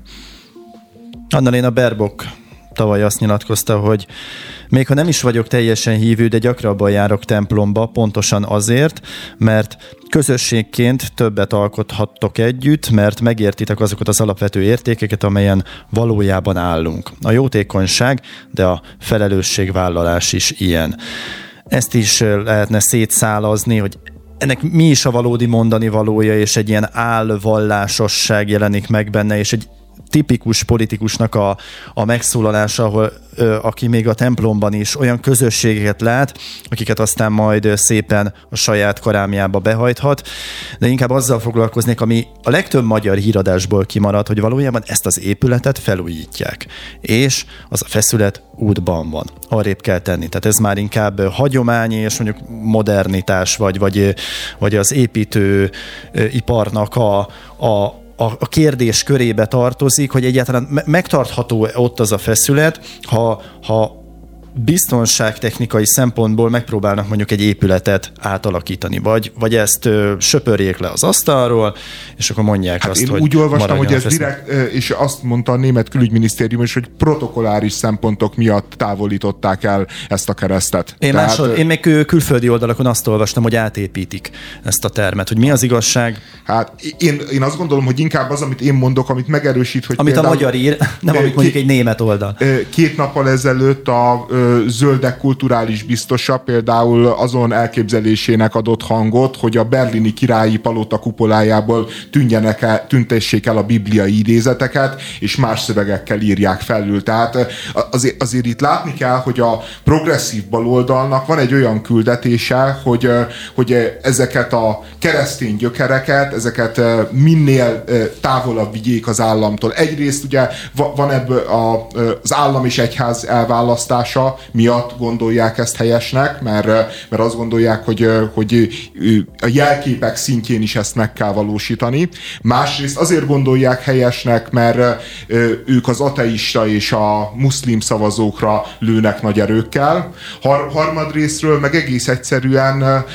Annalena Baerbock tavaly azt nyilatkozta, hogy még ha nem is vagyok teljesen hívő, de gyakrabban járok templomba, pontosan azért, mert közösségként többet alkothattok együtt, mert megértitek azokat az alapvető értékeket, amelyen valójában állunk. A jótékonyság, de a felelősségvállalás is ilyen. Ezt is lehetne szétszálazni, hogy ennek mi is a valódi mondani valója, és egy ilyen álvallásosság jelenik meg benne, és egy tipikus politikusnak a, a megszólalása, ahol ö, aki még a templomban is olyan közösségeket lát, akiket aztán majd szépen a saját karámjába behajthat, de inkább azzal foglalkoznék, ami a legtöbb magyar híradásból kimaradt, hogy valójában ezt az épületet felújítják, és az a feszület útban van. Arrébb kell tenni. Tehát ez már inkább hagyományi és mondjuk modernitás, vagy, vagy, vagy az építőiparnak a, a a kérdés körébe tartozik, hogy egyáltalán megtartható ott az a feszület, ha, ha biztonságtechnikai szempontból megpróbálnak mondjuk egy épületet átalakítani, vagy, vagy ezt ö, söpörjék le az asztalról, és akkor mondják hát azt, én hogy úgy olvastam, hogy ez direkt, és azt mondta a német külügyminisztérium is, hogy protokolláris szempontok miatt távolították el ezt a keresztet. Én, Tehát, másod, én még külföldi oldalakon azt olvastam, hogy átépítik ezt a termet, hogy mi az igazság. Hát én, én azt gondolom, hogy inkább az, amit én mondok, amit megerősít, hogy amit például, a magyar ír, nem amit mondjuk egy német oldal. Két nappal ezelőtt a zöldek kulturális biztosa például azon elképzelésének adott hangot, hogy a berlini királyi palota kupolájából tűnjenek el, tüntessék el a bibliai idézeteket, és más szövegekkel írják felül. Tehát azért, azért itt látni kell, hogy a progresszív baloldalnak van egy olyan küldetése, hogy, hogy ezeket a keresztény gyökereket, ezeket minél távolabb vigyék az államtól. Egyrészt ugye van ebből az állam és egyház elválasztása miatt gondolják ezt helyesnek, mert, mert azt gondolják, hogy, hogy a jelképek szintjén is ezt meg kell valósítani. Másrészt azért gondolják helyesnek, mert ők az ateista és a muszlim szavazókra lőnek nagy erőkkel. Har- harmadrésztről meg egész egyszerűen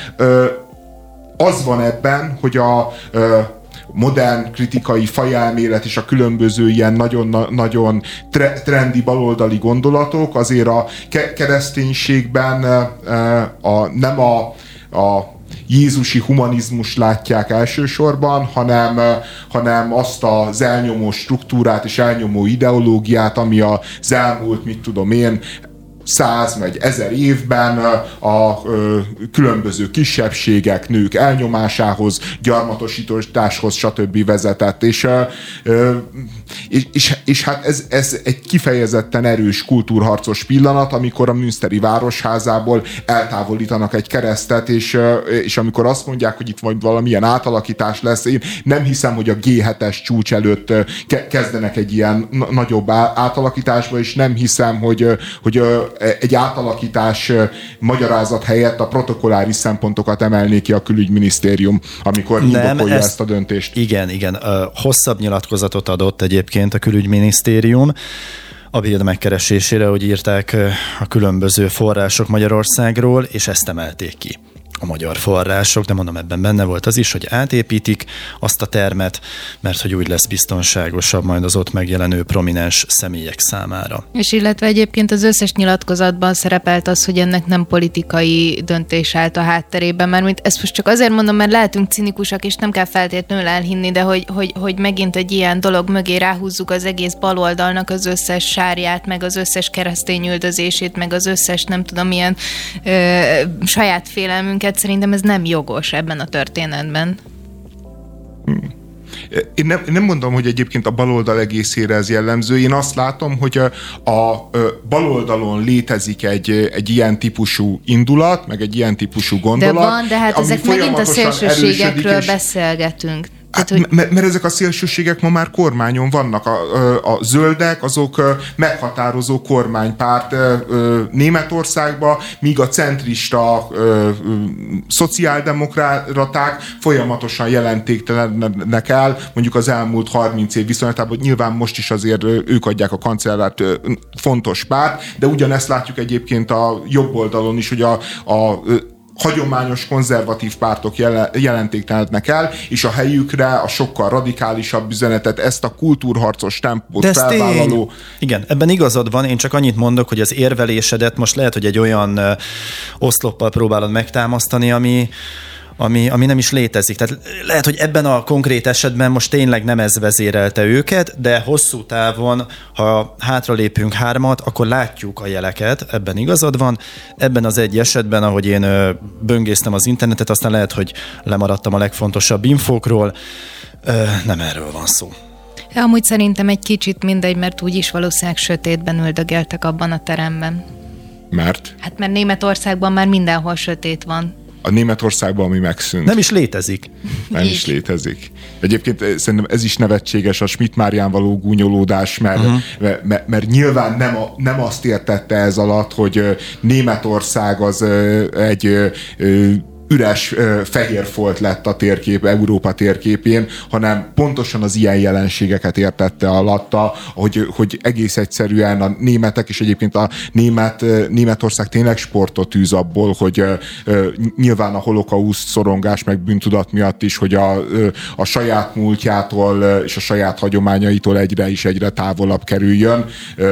az van ebben, hogy a modern kritikai fajelmélet és a különböző ilyen nagyon-nagyon trendi baloldali gondolatok azért a kereszténységben a, nem a, a jézusi humanizmus látják elsősorban, hanem, hanem azt az elnyomó struktúrát és elnyomó ideológiát, ami az elmúlt, mit tudom én, száz vagy ezer évben a különböző kisebbségek, nők elnyomásához, gyarmatosításhoz, stb. Vezetett. És, és, és, és hát ez, ez egy kifejezetten erős kultúrharcos pillanat, amikor a Münsteri városházából eltávolítanak egy keresztet, és, és amikor azt mondják, hogy itt majd valamilyen átalakítás lesz, én nem hiszem, hogy a gé hetes csúcs előtt kezdenek egy ilyen nagyobb átalakításba, és nem hiszem, hogy, hogy egy átalakítás magyarázat helyett a protokolláris szempontokat emelné ki a külügyminisztérium, amikor indokolja ezt, ezt a döntést. Igen, igen. Hosszabb nyilatkozatot adott egyébként a külügyminisztérium a Bild megkeresésére, hogy írták a különböző források Magyarországról, és ezt emelték ki. a magyar források, de mondom, ebben benne volt az is, hogy átépítik azt a termet, mert hogy úgy lesz biztonságosabb majd az ott megjelenő prominens személyek számára. És illetve egyébként az összes nyilatkozatban szerepelt az, hogy ennek nem politikai döntés állt a hátterében, mert mint ezt most csak azért mondom, mert lehetünk cinikusak, és nem kell feltétlenül elhinni, de hogy, hogy, hogy megint egy ilyen dolog mögé ráhúzzuk az egész baloldalnak az összes sárját, meg az összes keresztény üldözését, meg az összes nem tudom ilyen ö, saját félelmünket, szerintem ez nem jogos ebben a történetben. Hmm. Én nem, nem mondom, hogy egyébként a baloldal egészére ez jellemző. Én azt látom, hogy a, a baloldalon létezik egy, egy ilyen típusú indulat, meg egy ilyen típusú gondolat. De van, de hát ezek megint a szélsőségekről és... beszélgetünk. Hát, hogy... mert, mert ezek a szélsőségek ma már kormányon vannak. A, a, a zöldek azok meghatározó kormánypárt Németországban, míg a centrista szociáldemokraták folyamatosan jelentéktelenek el, mondjuk az elmúlt harminc év viszonylatában, nyilván most is azért ők adják a kancellárt, fontos párt, de ugyanezt látjuk egyébként a jobb oldalon is, hogy a, a hagyományos konzervatív pártok jelentéktelenednek el, és a helyükre a sokkal radikálisabb üzenetet, ezt a kultúrharcos tempót felvállaló... Én... Igen, ebben igazad van, én csak annyit mondok, hogy az érvelésedet most lehet, hogy egy olyan uh, oszloppal próbálod megtámasztani, ami Ami, ami nem is létezik. Tehát lehet, hogy ebben a konkrét esetben most tényleg nem ez vezérelte őket, de hosszú távon, ha hátralépünk hármat, akkor látjuk a jeleket, ebben igazad van. Ebben az egy esetben, ahogy én böngésztem az internetet, aztán lehet, hogy lemaradtam a legfontosabb infókról. Nem erről van szó. Amúgy szerintem egy kicsit mindegy, mert úgyis valószínűleg sötétben üldögéltek abban a teremben. Mert? Hát mert Németországban már mindenhol sötét van. A Németországban, ami megszűnt. Nem is létezik. Nem is létezik. Egyébként szerintem ez is nevetséges, a Schmidt-Márián való gúnyolódás, mert, uh-huh. mert, mert, mert nyilván nem, a, nem azt értette ez alatt, hogy Németország az egy üres fehér folt lett a térkép, Európa térképén, hanem pontosan az ilyen jelenségeket értette alatta, hogy, hogy egész egyszerűen a németek, és egyébként a német, Németország tényleg sportot űz abból, hogy nyilván a holokauszt szorongás meg bűntudat miatt is, hogy a, a saját múltjától és a saját hagyományaitól egyre is egyre távolabb kerüljön.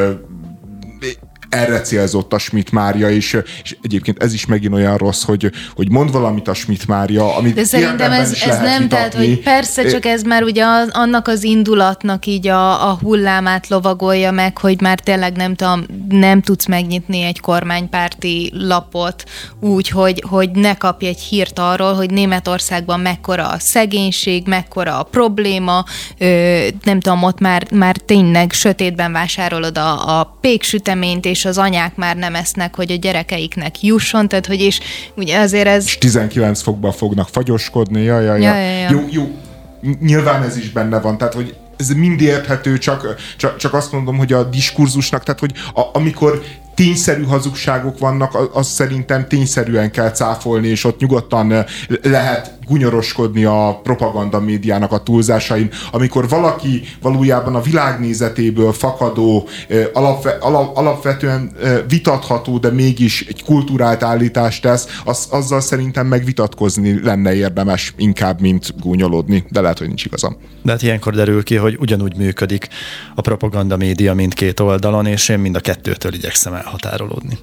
Erre célzott a Schmidt Mária is, és egyébként ez is megint olyan rossz, hogy, hogy mond valamit a Schmidt Mária, amit de szerintem ez, ez nem, vitatni. Tehát, hogy persze, csak ez már ugye az, annak az indulatnak így a, a hullámát lovagolja meg, hogy már tényleg nem, tudom, nem tudsz megnyitni egy kormánypárti lapot úgy, hogy, hogy ne kapj egy hírt arról, hogy Németországban mekkora a szegénység, mekkora a probléma, ö, nem tudom, ott már, már tényleg sötétben vásárolod a, a péksüteményt, és az anyák már nem esznek, hogy a gyerekeiknek jusson, tehát hogy is ugye azért ez... És tizenkilenc fokban fognak fagyoskodni, jaj, jaj, ja, ja, ja. Jó, jó, nyilván ez is benne van, tehát hogy ez mind érthető, csak, csak, csak azt mondom, hogy a diskurzusnak, tehát hogy a, amikor tényszerű hazugságok vannak, azt szerintem tényszerűen kell cáfolni, és ott nyugodtan lehet gunyoroskodni a propaganda médiának a túlzásain. Amikor valaki valójában a világnézetéből fakadó, alapve, alap, alapvetően vitatható, de mégis egy kultúrált állítást tesz, az, azzal szerintem megvitatkozni lenne érdemes inkább, mint gúnyolódni, de lehet, hogy nincs igazam. De hát ilyenkor derül ki, hogy ugyanúgy működik a propaganda média mindkét oldalon, és én mind a kettőtől igyekszem elhatárolódni.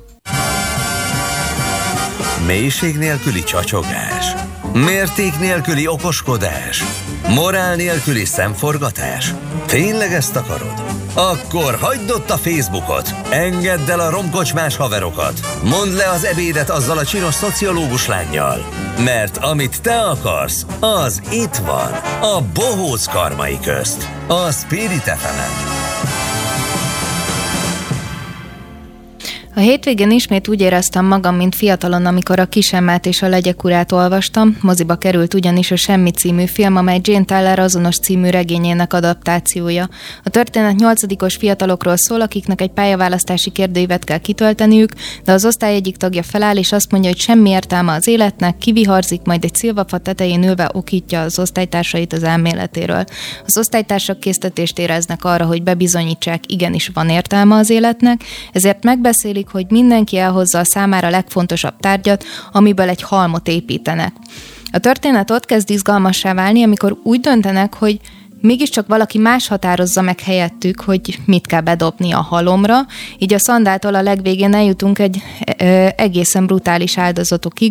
Mélység nélküli csacsogás, mérték nélküli okoskodás, morál nélküli szemforgatás. Tényleg ezt akarod? Akkor hagyd ott a Facebookot, engedd el a romkocsmás haverokat, mondd le az ebédet azzal a csinos szociológus lánnyal, mert amit te akarsz, az itt van, a bohóc karmai közt, a Spirit ef emen. A hétvégén ismét úgy éreztem magam, mint fiatalon, amikor a Kisemmát és a Legyek urát olvastam. Moziba került ugyanis a Semmi című film, amely Jane Teller azonos című regényének adaptációja. A történet nyolcadikos fiatalokról szól, akiknek egy pályaválasztási kérdőívet kell kitölteniük, de az osztály egyik tagja feláll, és azt mondja, hogy semmi értelme az életnek, kiviharzik, majd egy szilvafa tetején ülve okítja az osztálytársait az elméletéről. Az osztálytársak késztetést éreznek arra, hogy bebizonyítsák, igenis van értelme az életnek, ezért megbeszélik, zajlik, hogy mindenki elhozza a számára legfontosabb tárgyat, amiből egy halmot építenek. A történet ott kezd izgalmassá válni, amikor úgy döntenek, hogy mégiscsak valaki más határozza meg helyettük, hogy mit kell bedobni a halomra, így a szandától a legvégén eljutunk egy ö, egészen brutális áldozatokig.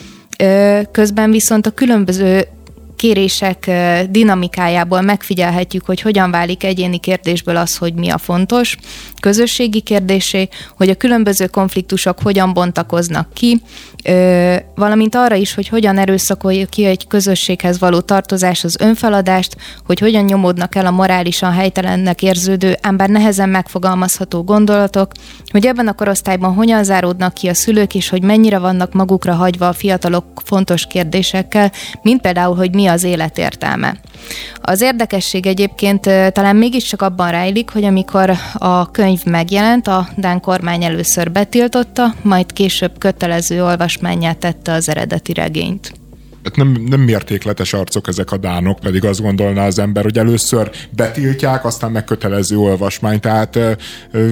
Ö, közben viszont a különböző kérések dinamikájából megfigyelhetjük, hogy hogyan válik egyéni kérdésből az, hogy mi a fontos, közösségi kérdésé, hogy a különböző konfliktusok hogyan bontakoznak ki, valamint arra is, hogy hogyan erőszakolja ki egy közösséghez való tartozás az önfeladást, hogy hogyan nyomódnak el a morálisan helytelennek érződő, ám bár nehezen megfogalmazható gondolatok, hogy ebben a korosztályban hogyan záródnak ki a szülők, és hogy mennyire vannak magukra hagyva a fiatalok fontos kérdésekkel, mint például, hogy mi az élet értelme. Az érdekesség egyébként talán mégiscsak abban rejlik, hogy amikor a könyv megjelent, a dán kormány először betiltotta, majd később kötelező olvasmánnyá tette az eredeti regényt. Nem, nem mértékletes arcok ezek a dánok, pedig azt gondolná az ember, hogy először betiltják, aztán megkötelező olvasmány. Tehát ö, ö,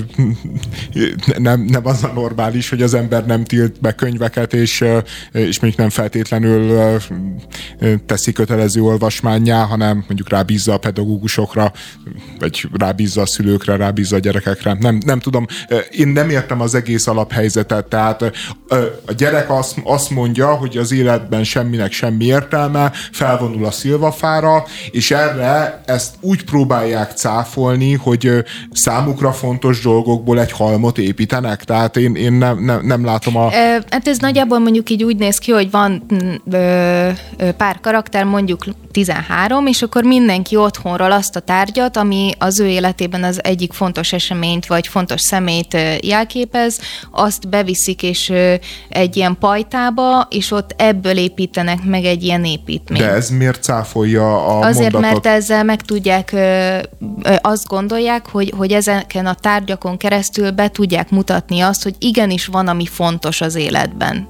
nem, nem az a normális, hogy az ember nem tilt be könyveket, és, ö, és mondjuk nem feltétlenül ö, ö, teszi kötelező olvasmánnyá, hanem mondjuk rábízza a pedagógusokra, vagy rábízza a szülőkre, rábízza a gyerekekre. Nem, nem tudom, én nem értem az egész alaphelyzetet. Tehát ö, a gyerek azt, azt mondja, hogy az életben semminek semmi értelme, felvonul a szilvafára, és erre ezt úgy próbálják cáfolni, hogy számukra fontos dolgokból egy halmot építenek. Tehát én, én nem, nem, nem látom a... Hát ez nagyjából mondjuk így úgy néz ki, hogy van ö, pár karakter, mondjuk tizenhárom, és akkor mindenki otthonról azt a tárgyat, ami az ő életében az egyik fontos eseményt, vagy fontos személyt jelképez, azt beviszik, és egy ilyen pajtába, és ott ebből építenek meg egy ilyen építményt. De ez miért cáfolja a Azért, mondatot? mert ezzel meg tudják, ö, ö, azt gondolják, hogy, hogy ezeken a tárgyakon keresztül be tudják mutatni azt, hogy igenis van, ami fontos az életben.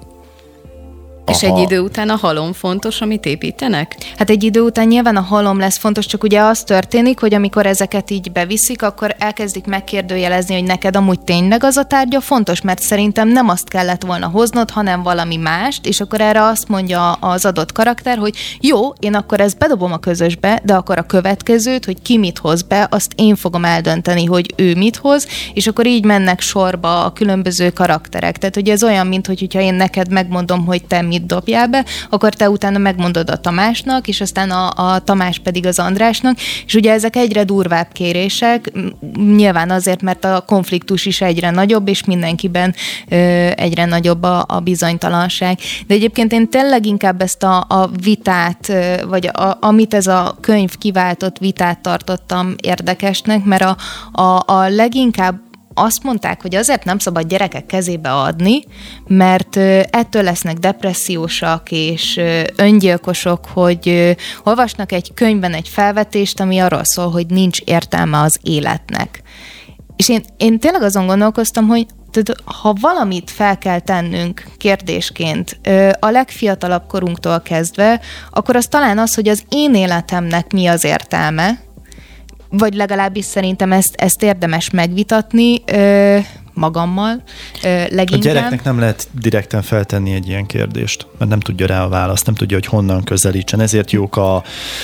És egy idő után a halom fontos, amit építenek? Hát egy idő után nyilván a halom lesz fontos, csak ugye az történik, hogy amikor ezeket így beviszik, akkor elkezdik megkérdőjelezni, hogy neked amúgy tényleg az a tárgya fontos, mert szerintem nem azt kellett volna hoznod, hanem valami mást, és akkor erre azt mondja az adott karakter, hogy jó, én akkor ezt bedobom a közösbe, de akkor a következőt, hogy ki mit hoz be, azt én fogom eldönteni, hogy ő mit hoz, és akkor így mennek sorba a különböző karakterek. Tehát ugye ez olyan, mint hogyha én neked megmondom, hogy te mit dobjál be, akkor te utána megmondod a Tamásnak, és aztán a, a Tamás pedig az Andrásnak, és ugye ezek egyre durvább kérések, nyilván azért, mert a konfliktus is egyre nagyobb, és mindenkiben ö, egyre nagyobb a, a bizonytalanság. De egyébként én tényleg inkább ezt a, a vitát, vagy a, amit ez a könyv kiváltott vitát tartottam érdekesnek, mert a, a, a leginkább azt mondták, hogy azért nem szabad gyerekek kezébe adni, mert ettől lesznek depressziósak és öngyilkosok, hogy olvasnak egy könyvben egy felvetést, ami arról szól, hogy nincs értelme az életnek. És én, én tényleg azon gondolkoztam, hogy tehát, ha valamit fel kell tennünk kérdésként a legfiatalabb korunktól kezdve, akkor az talán az, hogy az én életemnek mi az értelme, vagy legalábbis szerintem ezt, ezt érdemes megvitatni ö, magammal ö, leginkább. A gyereknek nem lehet direkten feltenni egy ilyen kérdést, mert nem tudja rá a választ, nem tudja, hogy honnan közelítsen. Ezért jók a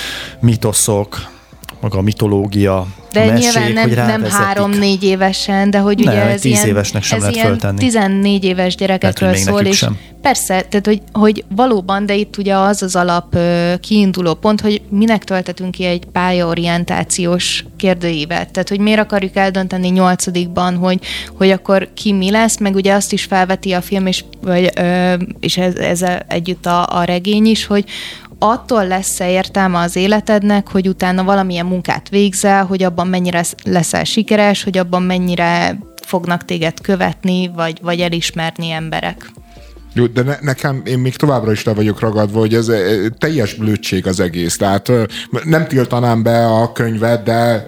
mitoszok, maga a mitológia, de mesék, nyilván nem, nem három-négy évesen, de hogy ugye ne, ez tíz ilyen, évesnek sem ez lehet ilyen föltenni. tizennégy éves gyerekekről lehet, szól, és sem. Persze, tehát hogy, hogy valóban, de itt ugye az az alap kiinduló pont, hogy minek töltetünk ki egy pályaorientációs kérdőívet, tehát hogy miért akarjuk eldönteni nyolcadikban, hogy, hogy akkor ki mi lesz, meg ugye azt is felveti a film, és, vagy, és ez, ezzel együtt a, a regény is, hogy attól lesz-e értelme az életednek, hogy utána valamilyen munkát végzel, hogy abban mennyire leszel sikeres, hogy abban mennyire fognak téged követni, vagy, vagy elismerni emberek. Jó, de ne, nekem, én még továbbra is le vagyok ragadva, hogy ez teljes blödség az egész. Tehát nem tiltanám be a könyvet, de,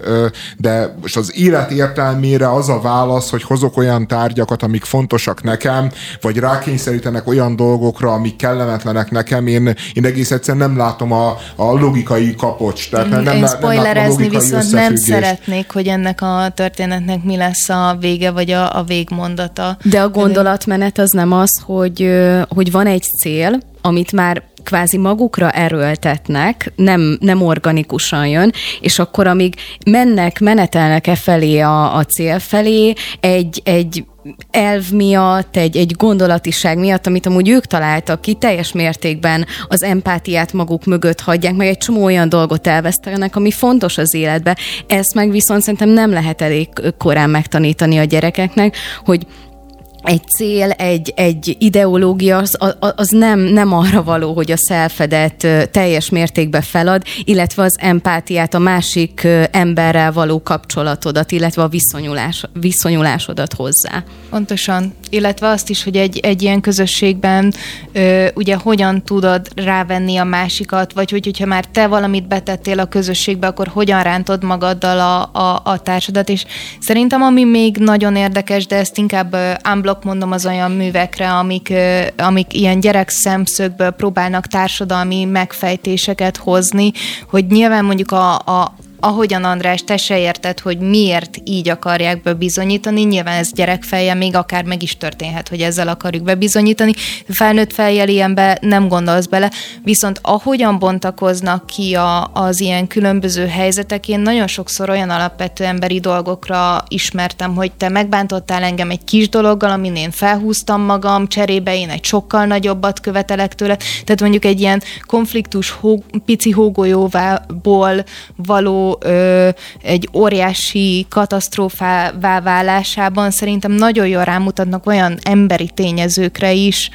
de most az élet értelmére az a válasz, hogy hozok olyan tárgyakat, amik fontosak nekem, vagy rákényszerítenek olyan dolgokra, amik kellemetlenek nekem. Én, én egész egyszerűen nem látom a, a logikai kapocs. Tehát nem, én nem spoilerezni viszont nem szeretnék, hogy ennek a történetnek mi lesz a vége, vagy a, a végmondata. De a gondolatmenet az nem az, hogy hogy van egy cél, amit már kvázi magukra erőltetnek, nem, nem organikusan jön, és akkor amíg mennek, menetelnek e felé a, a cél felé, egy, egy elv miatt, egy, egy gondolatiság miatt, amit amúgy ők találtak ki, teljes mértékben az empátiát maguk mögött hagyják, meg egy csomó olyan dolgot elvesztenek, ami fontos az életbe. Ezt meg viszont szerintem nem lehet elég korán megtanítani a gyerekeknek, hogy egy cél, egy, egy ideológia, az, az nem, nem arra való, hogy a selfedet teljes mértékben felad, illetve az empátiát, a másik emberrel való kapcsolatodat, illetve a viszonyulás, viszonyulásodat hozzá. Pontosan. Illetve azt is, hogy egy, egy ilyen közösségben ö, ugye hogyan tudod rávenni a másikat, vagy hogy, hogyha már te valamit betettél a közösségbe, akkor hogyan rántod magaddal a, a, a társadat, és szerintem ami még nagyon érdekes, de ezt inkább unblock mondom az olyan művekre, amik, amik ilyen gyerek szemszögből próbálnak társadalmi megfejtéseket hozni, hogy nyilván mondjuk a, a ahogyan András, te se érted, hogy miért így akarják bebizonyítani, nyilván ez gyerekfejjel még akár meg is történhet, hogy ezzel akarjuk bebizonyítani, felnőtt fejjel ilyenbe nem gondolsz bele, viszont ahogyan bontakoznak ki a, az ilyen különböző helyzetek, én nagyon sokszor olyan alapvető emberi dolgokra ismertem, hogy te megbántottál engem egy kis dologgal, amin én felhúztam magam, cserébe én egy sokkal nagyobbat követelek tőle, tehát mondjuk egy ilyen konfliktus hó, pici hógolyóból való Ö, egy óriási katasztrófává válásában szerintem nagyon jól rámutatnak olyan emberi tényezőkre is,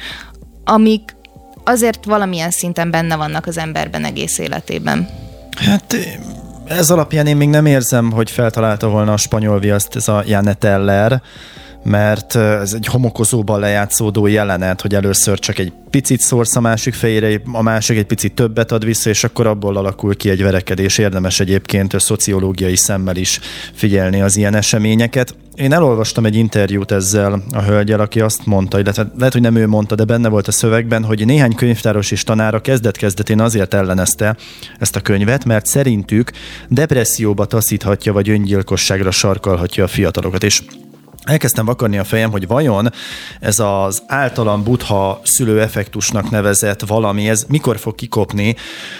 amik azért valamilyen szinten benne vannak az emberben egész életében. Hát ez alapján én még nem érzem, hogy feltalálta volna a spanyol viaszt ez a Janne Teller, mert ez egy homokozóban lejátszódó jelenet, hogy először csak egy picit szórsz a másik fejére, a másik egy picit többet ad vissza, és akkor abból alakul ki egy verekedés. Érdemes egyébként szociológiai szemmel is figyelni az ilyen eseményeket. Én elolvastam egy interjút ezzel a hölgyel, aki azt mondta, illetve lehet, hogy nem ő mondta, de benne volt a szövegben, hogy néhány könyvtáros és tanára kezdet-kezdetén azért ellenezte ezt a könyvet, mert szerintük depresszióba taszíthatja, vagy öngyilkosságra sarkalhatja a fiatalokat. És elkezdtem vakarni a fejem, hogy vajon ez az általam Buddha szülő effektusnak nevezett valami, ez mikor fog kikopni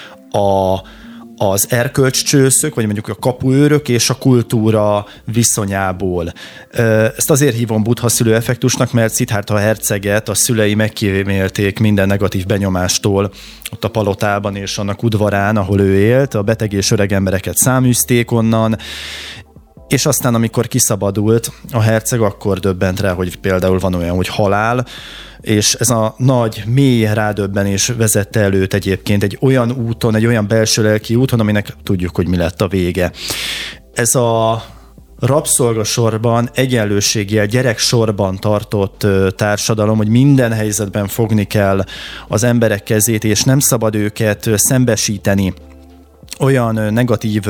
a, az erkölcscsőszök, vagy mondjuk a kapuőrök és a kultúra viszonyából. Ezt azért hívom Buddha szülő effektusnak, mert Szidhártha herceget a szülei megkímélték minden negatív benyomástól ott a palotában és annak udvarán, ahol ő élt. A beteg és öreg embereket száműzték onnan, és aztán, amikor kiszabadult a herceg, akkor döbbent rá, hogy például van olyan, hogy halál, és ez a nagy, mély rádöbbenés vezette előtt egyébként egy olyan úton, egy olyan belső lelki úton, aminek tudjuk, hogy mi lett a vége. Ez a rabszolgasorban, egyenlőséggel, gyereksorban tartott társadalom, hogy minden helyzetben fogni kell az emberek kezét, és nem szabad őket szembesíteni olyan negatív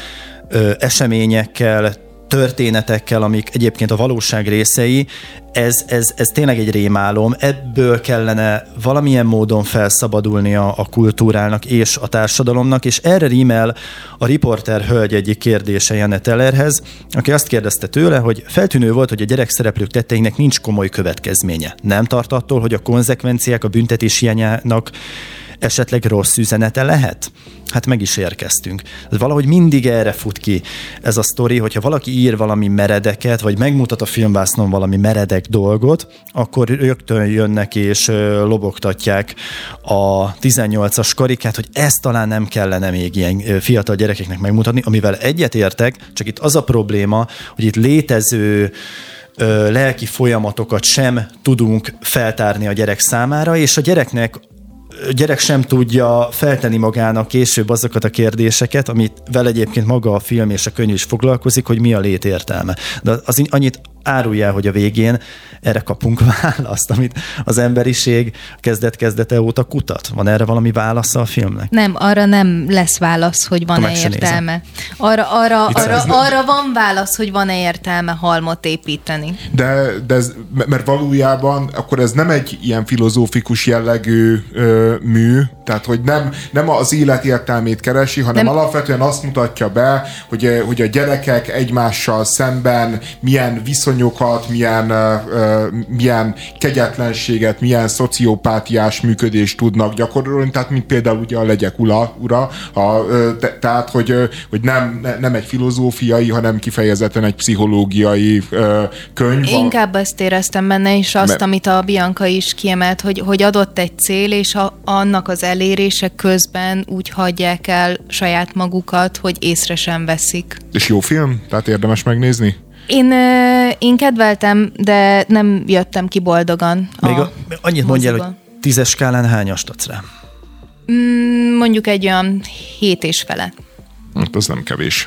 eseményekkel, történetekkel, amik egyébként a valóság részei, ez, ez, ez tényleg egy rémálom. Ebből kellene valamilyen módon felszabadulni a, a kultúrának és a társadalomnak, és erre rímel a riporter hölgy egyik kérdése Janne Tellerhez, aki azt kérdezte tőle, hogy feltűnő volt, hogy a gyerekszereplők tetteinek nincs komoly következménye. Nem tart attól, hogy a konzekvenciák a büntetés hiányának esetleg rossz üzenete lehet? Hát meg is érkeztünk. Ez valahogy mindig erre fut ki ez a sztori, hogyha valaki ír valami meredeket, vagy megmutat a filmvásznon valami meredek dolgot, akkor rögtön jönnek és lobogtatják a tizennyolcas karikát, hogy ezt talán nem kellene még ilyen fiatal gyerekeknek megmutatni, amivel egyetértek, csak itt az a probléma, hogy itt létező lelki folyamatokat sem tudunk feltárni a gyerek számára, és a gyereknek gyerek sem tudja feltenni magának később azokat a kérdéseket, amit vele egyébként maga a film és a könyv is foglalkozik, hogy mi a lét értelme. De az annyit árulja, hogy a végén erre kapunk választ, amit az emberiség kezdet-kezdete óta kutat. Van erre valami válasza a filmnek? Nem, arra nem lesz válasz, hogy van-e értelme. Arra, arra, arra, arra van válasz, hogy van-e értelme halmot építeni. De, de ez, mert valójában akkor ez nem egy ilyen filozófikus jellegű ö, mű, tehát hogy nem, nem az élet értelmét keresi, hanem nem. Alapvetően azt mutatja be, hogy, hogy a gyerekek egymással szemben milyen viszonyokat, milyen, ö, milyen kegyetlenséget, milyen szociopátiás működést tudnak gyakorolni, tehát mint például ugye a Legyek ura, ura a, te, tehát hogy, hogy nem, nem egy filozófiai, hanem kifejezetten egy pszichológiai ö, könyv. Inkább azt éreztem benne, és azt, mert... amit a Bianca is kiemelt, hogy, hogy adott egy cél, és a, annak az elérése közben úgy hagyják el saját magukat, hogy észre sem veszik. És jó film? Tehát érdemes megnézni? Én, én kedveltem, de nem jöttem ki boldogan. Még a, annyit mondj el, hogy tízes skálán hányast adsz rá? Mm, mondjuk egy olyan hét és fele. Hát az nem kevés.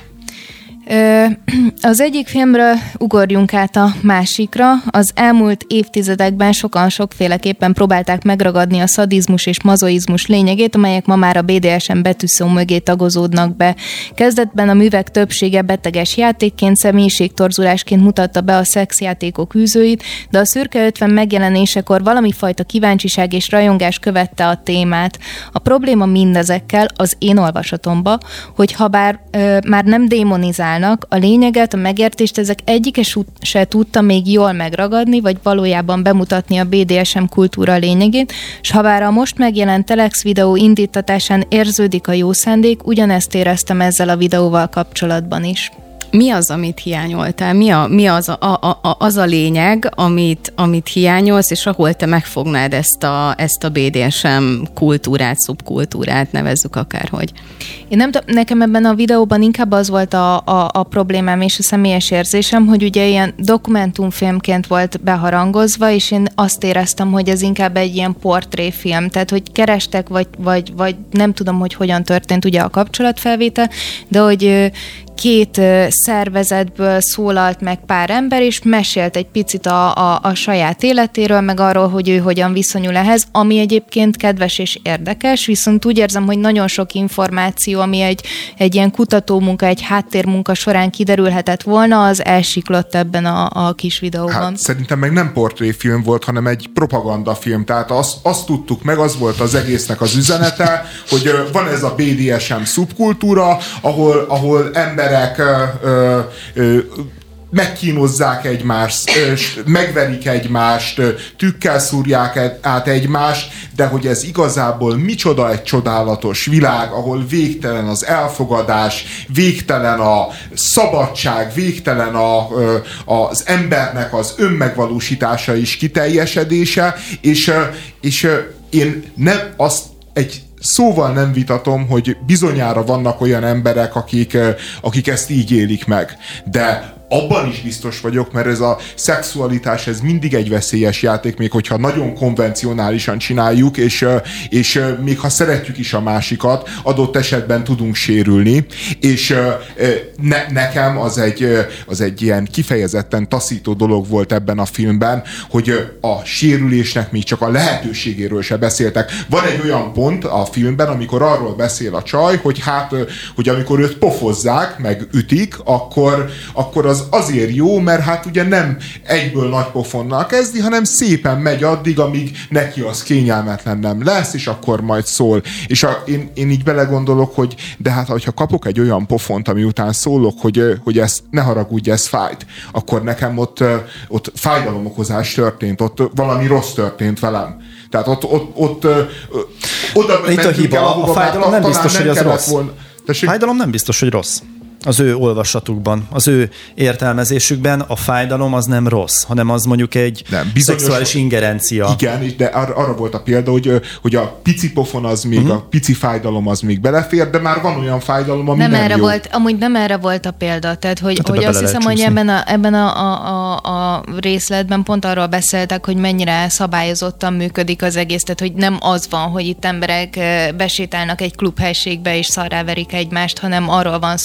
Az egyik filmről ugorjunk át a másikra. Az elmúlt évtizedekben sokan sokféleképpen próbálták megragadni a szadizmus és mazoizmus lényegét, amelyek ma már a bé dé es em betűszó mögé tagozódnak be. Kezdetben a művek többsége beteges játékként, személyiségtorzulásként mutatta be a szexjátékok űzőit, de a Szürke ötven megjelenésekor valami fajta kíváncsiság és rajongás követte a témát. A probléma mindezekkel az én olvasatomba, hogy ha bár ö, már nem démonizál, a lényeget, a megértést ezek egyike se tudta még jól megragadni, vagy valójában bemutatni a bé dé es em kultúra lényegét, s ha bár a most megjelent Telex videó indítatásán érződik a jó szándék, ugyanezt éreztem ezzel a videóval kapcsolatban is. Mi az, amit hiányoltál? Mi, a, mi az, a, a, a, az a lényeg, amit, amit hiányolsz, és ahol te megfognád ezt a, ezt a bé dé es em kultúrát, szubkultúrát, nevezzük akárhogy? Én nem tudom, nekem ebben a videóban inkább az volt a, a, a problémám és a személyes érzésem, hogy ugye ilyen dokumentumfilmként volt beharangozva, és én azt éreztem, hogy ez inkább egy ilyen portréfilm, tehát hogy kerestek, vagy, vagy, vagy nem tudom, hogy hogyan történt ugye a kapcsolatfelvétel, de hogy két szervezetből szólalt meg pár ember, és mesélt egy picit a, a, a saját életéről, meg arról, hogy ő hogyan viszonyul ehhez, ami egyébként kedves és érdekes, viszont úgy érzem, hogy nagyon sok információ, ami egy, egy ilyen kutatómunka, egy háttérmunka során kiderülhetett volna, az elsiklott ebben a, a kis videóban. Hát szerintem meg nem portréfilm volt, hanem egy propagandafilm, tehát azt, azt tudtuk meg, az volt az egésznek az üzenete, hogy van ez a bé dé es em szubkultúra, ahol, ahol ember emberek ö, ö, ö, megkínozzák egymást, ö, megverik egymást, ö, tükkel szúrják át egymást, de hogy ez igazából micsoda egy csodálatos világ, ahol végtelen az elfogadás, végtelen a szabadság, végtelen a, ö, az embernek az önmegvalósítása és kiteljesedése, és, ö, és ö, én nem azt egy szóval nem vitatom, hogy bizonyára vannak olyan emberek, akik, akik ezt így élik meg. De abban is biztos vagyok, mert ez a szexualitás, ez mindig egy veszélyes játék, még hogyha nagyon konvencionálisan csináljuk, és, és még ha szeretjük is a másikat, adott esetben tudunk sérülni, és ne, nekem az egy, az egy ilyen kifejezetten taszító dolog volt ebben a filmben, hogy a sérülésnek még csak a lehetőségéről se beszéltek. Van egy olyan pont a filmben, amikor arról beszél a csaj, hogy hát, hogy amikor őt pofozzák, meg ütik, akkor, akkor az azért jó, mert hát ugye nem egyből nagy pofonnal kezdi, hanem szépen megy addig, amíg neki az kényelmetlen nem lesz, és akkor majd szól. És a, én, én így belegondolok, hogy de hát, hogyha kapok egy olyan pofont, ami után szólok, hogy, hogy ez, ne haragudj, ez fájt, akkor nekem ott, ott fájdalomokozás történt, ott valami rossz történt velem. Tehát ott, ott, ott, ott oda itt a hiba, el, a fájdalom nem biztos, hogy az rossz. Volna. A fájdalom nem biztos, hogy rossz. Az ő olvasatukban, az ő értelmezésükben a fájdalom az nem rossz, hanem az mondjuk egy nem, bizonyos, szexuális ingerencia. Igen, de arra, arra volt a példa, hogy, hogy a pici pofon az még, uh-huh. a pici fájdalom az még belefér, de már van olyan fájdalom, ami nem, nem erre jó. Volt, amúgy nem erre volt a példa, tehát hogy, tehát hogy azt hiszem, hogy ebben, a, ebben a, a, a, a részletben pont arról beszéltek, hogy mennyire szabályozottan működik az egész, tehát hogy nem az van, hogy itt emberek besétálnak egy klubhelységbe és szarráverik egymást, hanem arról van szó, hogy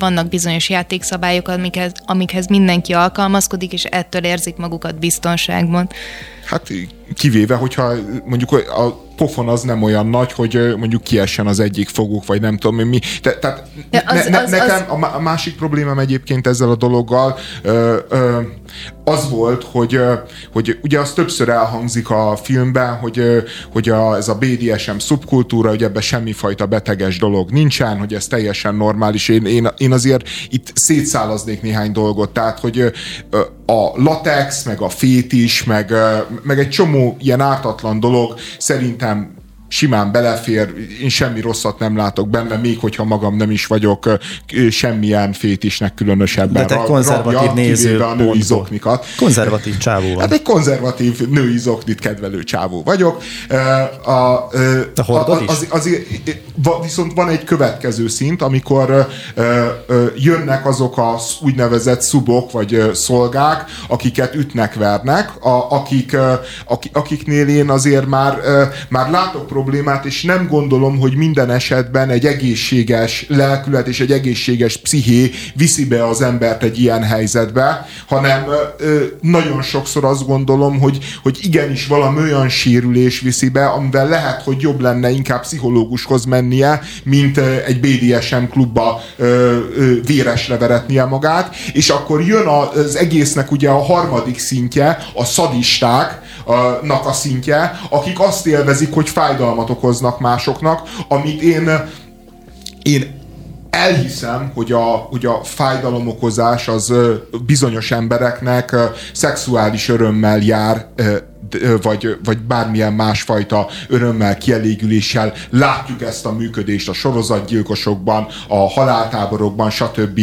vannak bizonyos játékszabályok, amikhez, amikhez mindenki alkalmazkodik, és ettől érzik magukat biztonságban. Hát kivéve, hogyha mondjuk a pofon az nem olyan nagy, hogy mondjuk kiessen az egyik foguk, vagy nem tudom mi. Te, tehát ja, az, ne, az, nekem az... a másik problémám egyébként ezzel a dologgal ö, ö, az volt, hogy, hogy ugye az többször elhangzik a filmben, hogy, hogy a, ez a bé dé es em szubkultúra, hogy ebben semmifajta beteges dolog nincsen, hogy ez teljesen normális. Én, én, én azért itt szétszálaznék néhány dolgot, tehát, hogy a latex, meg a fétis, meg, meg egy csomó ilyen ártatlan dolog szerintem simán belefér, én semmi rosszat nem látok benne, még hogyha magam nem is vagyok semmilyen fétisnek különösebben. De te konzervatív rabja, néző a női zoknikat. Konzervatív csávó van. Hát egy konzervatív női zoknit kedvelő csávó vagyok. A, a, Te hordod is? Az, az, az, viszont van egy következő szint, amikor jönnek azok a úgynevezett szubok, vagy szolgák, akiket ütnek, vernek, a, akik, akiknél én azért már, már látok problémát, és nem gondolom, hogy minden esetben egy egészséges lelkület és egy egészséges psziché viszi be az embert egy ilyen helyzetbe, hanem ö, nagyon sokszor azt gondolom, hogy, hogy igenis valami olyan sérülés viszi be, amivel lehet, hogy jobb lenne inkább pszichológushoz mennie, mint ö, egy bé dé es em klubba ö, ö, véresre veretnie magát, és akkor jön az egésznek ugye a harmadik szintje, a szadistáknak a szintje, akik azt élvezik, hogy fájdalmat okoznak másoknak, amit én, én elhiszem, hogy a, hogy a fájdalomokozás az bizonyos embereknek szexuális örömmel jár, vagy, vagy bármilyen másfajta örömmel, kielégüléssel. Látjuk ezt a működést a sorozatgyilkosokban, a haláltáborokban, stb.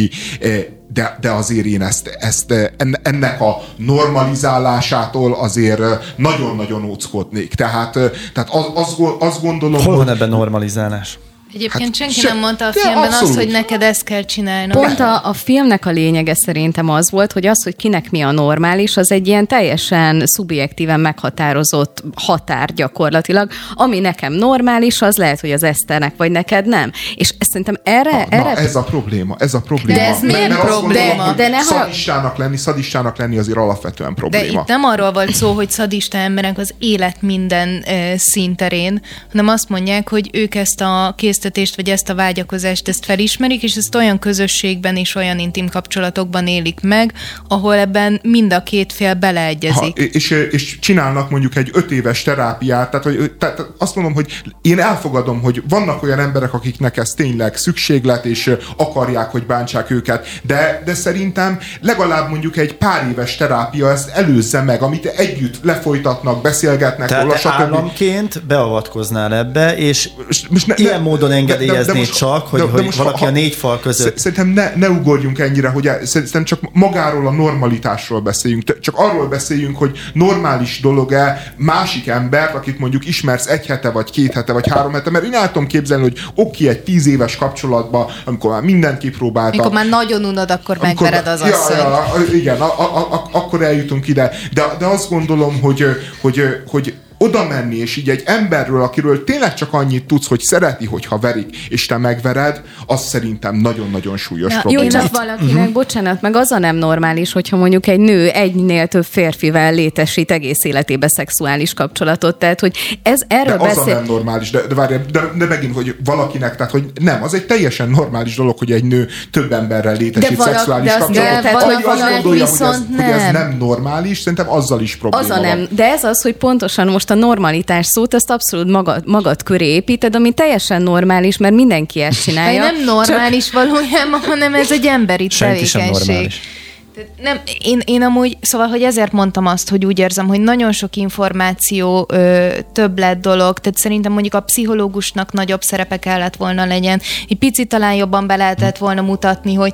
De, de azért én ezt, ezt, ennek a normalizálásától azért nagyon-nagyon óckodnék. Tehát, tehát az, az, azt gondolom... Hol van ebben normalizálás? Egyébként hát senki se, nem mondta a filmben abszolút. azt, hogy neked ezt kell csinálnod. Pont a, a filmnek a lényege szerintem az volt, hogy az, hogy kinek mi a normális, az egy ilyen teljesen szubjektíven meghatározott határ gyakorlatilag. Ami nekem normális, az lehet, hogy az Eszternek vagy neked nem. És ezt szerintem erre... Na, erre... na ez a probléma, ez a probléma. De ez miért mert probléma? Gondolom, de ne szadistának lenni, szadistának lenni azért alapvetően probléma. De itt nem arról volt szó, hogy szadista emberek az élet minden uh, színterén, hanem azt mondják, hogy ők ezt a késztetést, vagy ezt a vágyakozást, ezt felismerik, és ezt olyan közösségben és olyan intim kapcsolatokban élik meg, ahol ebben mind a két fél beleegyezik. Ha, és, és csinálnak mondjuk egy öt éves terápiát, tehát, hogy, tehát azt mondom, hogy én elfogadom, hogy vannak olyan emberek, akiknek ez tényleg szükséglet, és akarják, hogy bántsák őket, de, de szerintem legalább mondjuk egy pár éves terápia ezt előzze meg, amit együtt lefolytatnak, beszélgetnek tehát róla, te államként beavatkoznál ebbe, és most, most ne, ilyen ne, módon engedélyezni csak, hogy, de, de hogy most, valaki ha, a négy fal között... Szerintem ne, ne ugorjunk ennyire, hogy szerintem csak magáról a normalitásról beszéljünk. Csak arról beszéljünk, hogy normális dolog-e másik embert, akit mondjuk ismersz egy hete, vagy két hete, vagy három hete, mert én el tudom képzelni, hogy oké, egy tíz éves kapcsolatban, amikor már mindent kipróbáltak. Amikor már nagyon unod, akkor amikor, megvered az ja, asszony. Ja, igen, a, a, a, akkor eljutunk ide. De, de azt gondolom, hogy, hogy, hogy oda menni, és így egy emberről, akiről tényleg csak annyit tudsz, hogy szereti, hogyha verik, és te megvered, az szerintem nagyon-nagyon súlyos Na, probléma. Jó, csak valakinek, uh-huh. bocsánat, meg az a nem normális, hogyha mondjuk egy nő egynél több férfivel létesít egész életében szexuális kapcsolatot, tehát, hogy ez erről de az beszél... a nem normális, de, de várj, de, de megint, hogy valakinek, tehát, hogy nem, az egy teljesen normális dolog, hogy egy nő több emberrel létesít valak, szexuális de kapcsolatot. De Aki valaki azt gondolja, hogy ez, nem. hogy ez nem normális, szerintem azzal is probléma az a nem, van. de ez az, hogy pontosan most a normalitás szót, azt abszolút magad, magad köré építed, ami teljesen normális, mert mindenki ezt csinálja. Nem normális csak... valójában, hanem ez egy emberi senki tevékenység. Nem, én, én amúgy, szóval, hogy ezért mondtam azt, hogy úgy érzem, hogy nagyon sok információ, ö, többlet dolog, tehát szerintem mondjuk a pszichológusnak nagyobb szerepe kellett volna legyen. Egy picit talán jobban be lehetett volna mutatni, hogy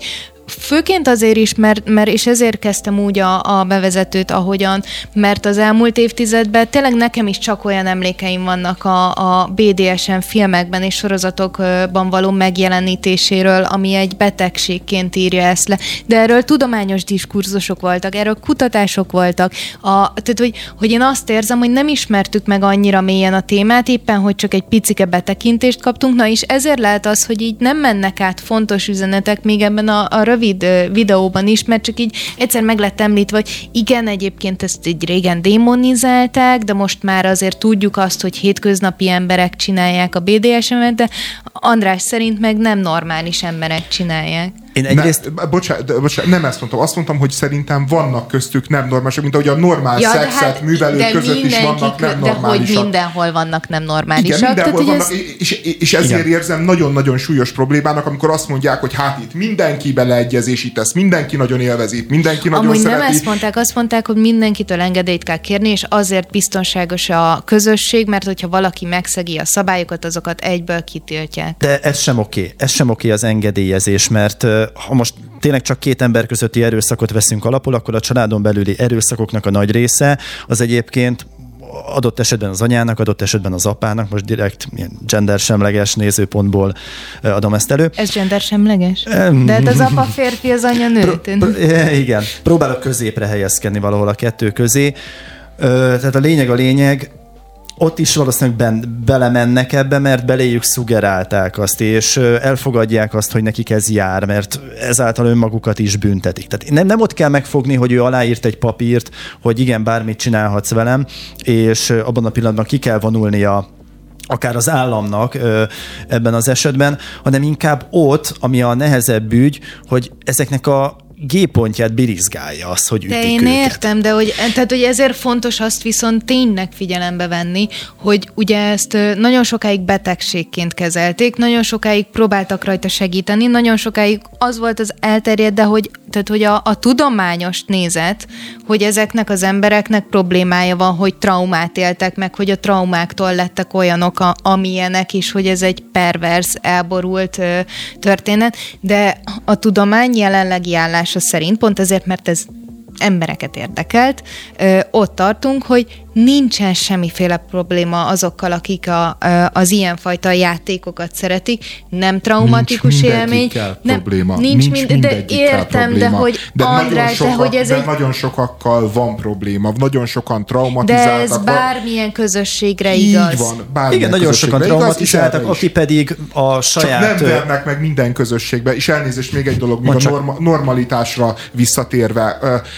főként azért is, mert, mert és ezért kezdtem úgy a, a bevezetőt, ahogyan, mert az elmúlt évtizedben tényleg nekem is csak olyan emlékeim vannak a, a bé dé es em filmekben és sorozatokban való megjelenítéséről, ami egy betegségként írja ezt le. De erről tudományos diskurzusok voltak, erről kutatások voltak. A, tehát, hogy, hogy én azt érzem, hogy nem ismertük meg annyira mélyen a témát, éppen, hogy csak egy picike betekintést kaptunk, na és ezért lehet az, hogy így nem mennek át fontos üzenetek még ebben a, a rövid videóban is, mert csak így egyszer meg lett említve, hogy igen, egyébként ezt így régen démonizálták, de most már azért tudjuk azt, hogy hétköznapi emberek csinálják a bé dé es em-et, de András szerint meg nem normális emberek csinálják. Én egyrészt... Ne, bocsánat, bocsánat, nem ezt mondtam. Azt mondtam, hogy szerintem vannak köztük nem normálisak, mint ahogy a normál ja, szexet hát, művelők között is vannak nem normálisak. De hogy mindenhol vannak nem normálisak. Igen, mindenhol tehát, vannak, ez... és, és ezért igen. érzem nagyon-nagyon súlyos problémának, amikor azt mondják, hogy hát itt mindenki beleegyezés, itt ezt mindenki nagyon élvezi, itt mindenki nagyon Amúgy szereti. Nem ezt mondták, azt mondták, hogy mindenkitől engedélyt kell kérni, és azért biztonságos a közösség, mert hogyha valaki megszegi a szabályokat, azokat egyből kitiltják. De ez sem oké. Ez sem oké az engedélyezés, mert ha most tényleg csak két ember közötti erőszakot veszünk alapul, akkor a családon belüli erőszakoknak a nagy része az egyébként adott esetben az anyának, adott esetben az apának, most direkt ilyen gendersemleges nézőpontból adom ezt elő. Ez gendersemleges? De hát az apa férfi, az anya nő. Pro, pro, igen, próbálok középre helyezkedni valahol a kettő közé. Tehát a lényeg a lényeg, ott is valószínűleg ben, belemennek ebbe, mert beléjük szugerálták azt, és elfogadják azt, hogy nekik ez jár, mert ezáltal önmagukat is büntetik. Tehát nem, nem ott kell megfogni, hogy ő aláírt egy papírt, hogy igen, bármit csinálhatsz velem, és abban a pillanatban ki kell vonulnia akár az államnak ebben az esetben, hanem inkább ott, ami a nehezebb ügy, hogy ezeknek a G-pontját birizgálja az, hogy ütik De én őket. értem, de hogy, tehát, hogy ezért fontos azt viszont tényleg figyelembe venni, hogy ugye ezt nagyon sokáig betegségként kezelték, nagyon sokáig próbáltak rajta segíteni, nagyon sokáig az volt az elterjedt, de hogy, tehát, hogy a, a tudományos nézet, hogy ezeknek az embereknek problémája van, hogy traumát éltek meg, hogy a traumáktól lettek olyanok, a, amilyenek is, hogy ez egy pervers, elborult ö, történet, de a tudomány jelenlegi állás szerint, pont ezért, mert ez embereket érdekelt, ö, ott tartunk, hogy nincsen semmiféle probléma azokkal, akik a, az ilyenfajta játékokat szeretik, nem traumatikus nincs élmény. Nem, probléma. Nincs, nincs mind, de értem, probléma. de hogy de András, sokak, de hogy ez de egy... nagyon sokakkal van probléma, nagyon sokan traumatizáltak. De ez bármilyen közösségre igaz. Így van, bármilyen Igen, nagyon sokan traumatizáltak, igaz, aki pedig a saját... Csak nem vernek meg minden közösségbe, és elnézést még egy dolog, még a norma, normalitásra visszatérve.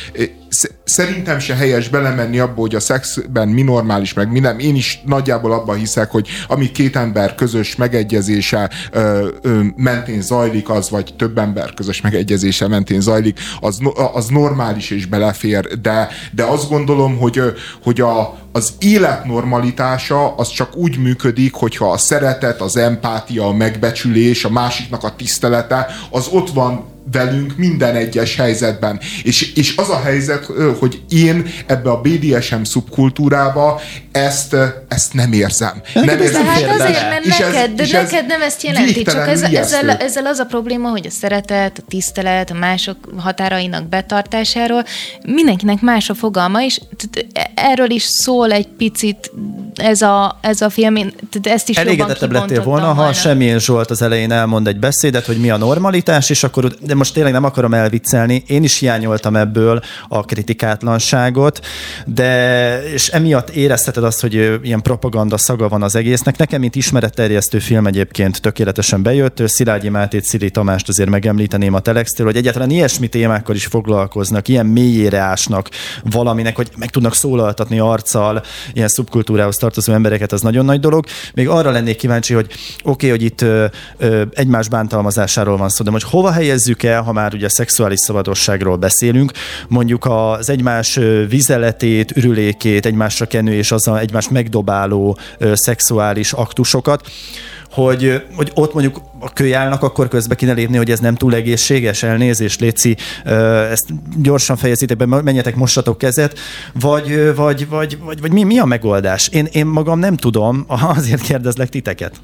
Szerintem se helyes belemenni abba, hogy a szexben mi normális, meg mi nem. Én is nagyjából abban hiszek, hogy ami két ember közös megegyezése ö, ö, mentén zajlik, az, vagy több ember közös megegyezése mentén zajlik, az, az normális és belefér, de, de azt gondolom, hogy, hogy a, az élet normalitása az csak úgy működik, hogyha a szeretet, az empátia, a megbecsülés, a másiknak a tisztelete, az ott van velünk minden egyes helyzetben. És, és az a helyzet, hogy én ebbe a bé dé es em szubkultúrába ezt, ezt nem érzem. Nem de érzem. hát azért, mert és neked, ez, de neked nem ezt jelenti, csak ez, ezzel, ezzel az a probléma, hogy a szeretet, a tisztelet, a mások határainak betartásáról mindenkinek más a fogalma, és erről is szól egy picit ez a, ez a film, ezt is elégedettebb lettél volna, volna, ha Semjén Zsolt az elején elmond egy beszédet, hogy mi a normalitás, és akkor, de most tényleg nem akarom elviccelni, én is hiányoltam ebből a kritikátlanságot, de és emiatt érezheted azt, hogy ilyen propaganda szaga van az egésznek. Nekem, mint ismeretterjesztő film egyébként tökéletesen bejött. Szilágyi Mátét, Szili Tamást azért megemlíteném a Telextől, hogy egyáltalán ilyesmi témákkal is foglalkoznak, ilyen mélyére ásnak valaminek, hogy meg tudnak szólaltatni arccal ilyen szubkultúrához tartozó embereket, az nagyon nagy dolog. Még arra lennék kíváncsi, hogy oké, okay, hogy itt ö, ö, egymás bántalmazásáról van szó, de hogy hova helyezzük el, ha már ugye szexuális szabadosságról beszélünk, mondjuk az egymás vizeletét, ürülékét, egymásra kenő és azzal egymást megdobáló ö, szexuális aktusokat, hogy, hogy ott mondjuk a kölyálnak akkor közbe kéne lépni, hogy ez nem túl egészséges, elnézést, léci, ezt gyorsan fejezitek be, menjetek, mossatok kezet, vagy, vagy, vagy, vagy, vagy mi, mi a megoldás? Én, én magam nem tudom, azért kérdezlek titeket.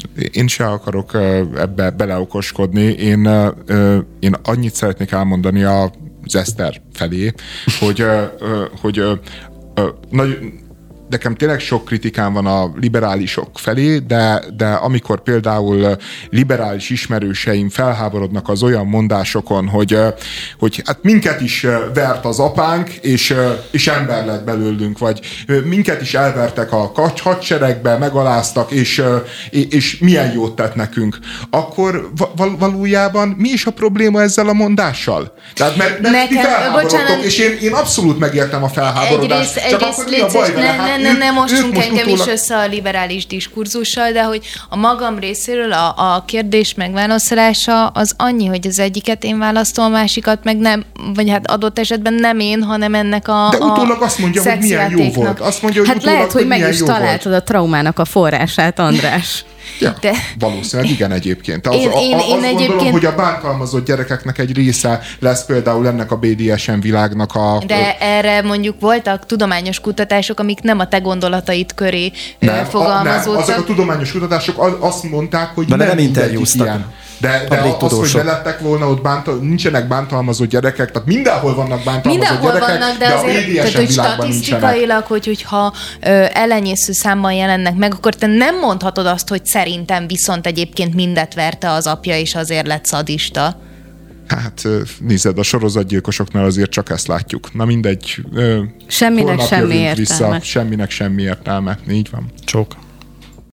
Én se akarok ebbe beleokoskodni. Én, én annyit szeretnék elmondani az Eszter felé, hogy, hogy nagy, nekem tényleg sok kritikám van a liberálisok felé, de, de amikor például liberális ismerőseim felháborodnak az olyan mondásokon, hogy, hogy hát minket is vert az apánk, és, és ember lett belőlünk, vagy minket is elvertek a hadseregbe, megaláztak, és, és milyen jót tett nekünk, akkor val- valójában mi is a probléma ezzel a mondással? Tehát mert, mert Nekem, ti felháborodtok, bocsánat, és én, én abszolút megértem a felháborodást. Egyrészt, Csak egyrészt akkor mi a baj vele? ne, ne, ne, ne mossunk most engem utólag... is össze a liberális diskurzussal, de hogy a magam részéről a, a kérdés megválaszolása az annyi, hogy az egyiket én választom, a másikat meg nem, vagy hát adott esetben nem én, hanem ennek a De utólag azt mondja, hogy milyen jó volt. Azt mondja, hogy hát utólag, lehet, hogy, hogy meg is találtad volt. a traumának a forrását, András. Ja, de... valószínűleg igen egyébként. Az, én, a, a, én, azt én gondolom, egyébként... hogy a bántalmazott gyerekeknek egy része lesz például ennek a bé dé es em világnak a... De erre mondjuk voltak tudományos kutatások, amik nem a te gondolataid köré nem, fogalmazódtak. Nem, azok a tudományos kutatások azt mondták, hogy de nem, nem mindegyik interjúztak. ilyen. De, de az, hogy ne lettek volna ott bántal, nincsenek bántalmazott gyerekek, tehát mindenhol vannak bántalmazott mindenhol gyerekek, vannak, de, de azért, a bé dé es em tehát, hogy világban nincsenek. statisztikailag, hogy, hogyha ö, elenyésző számban jelennek meg, akkor te nem mondhatod azt, hogy szerintem viszont egyébként mindet verte az apja, és azért lett szadista. Hát nézed, a sorozatgyilkosoknál azért csak ezt látjuk. Na mindegy. Semminek semmi értelme. Vissza, semminek semmi értelme. Így van. Csók.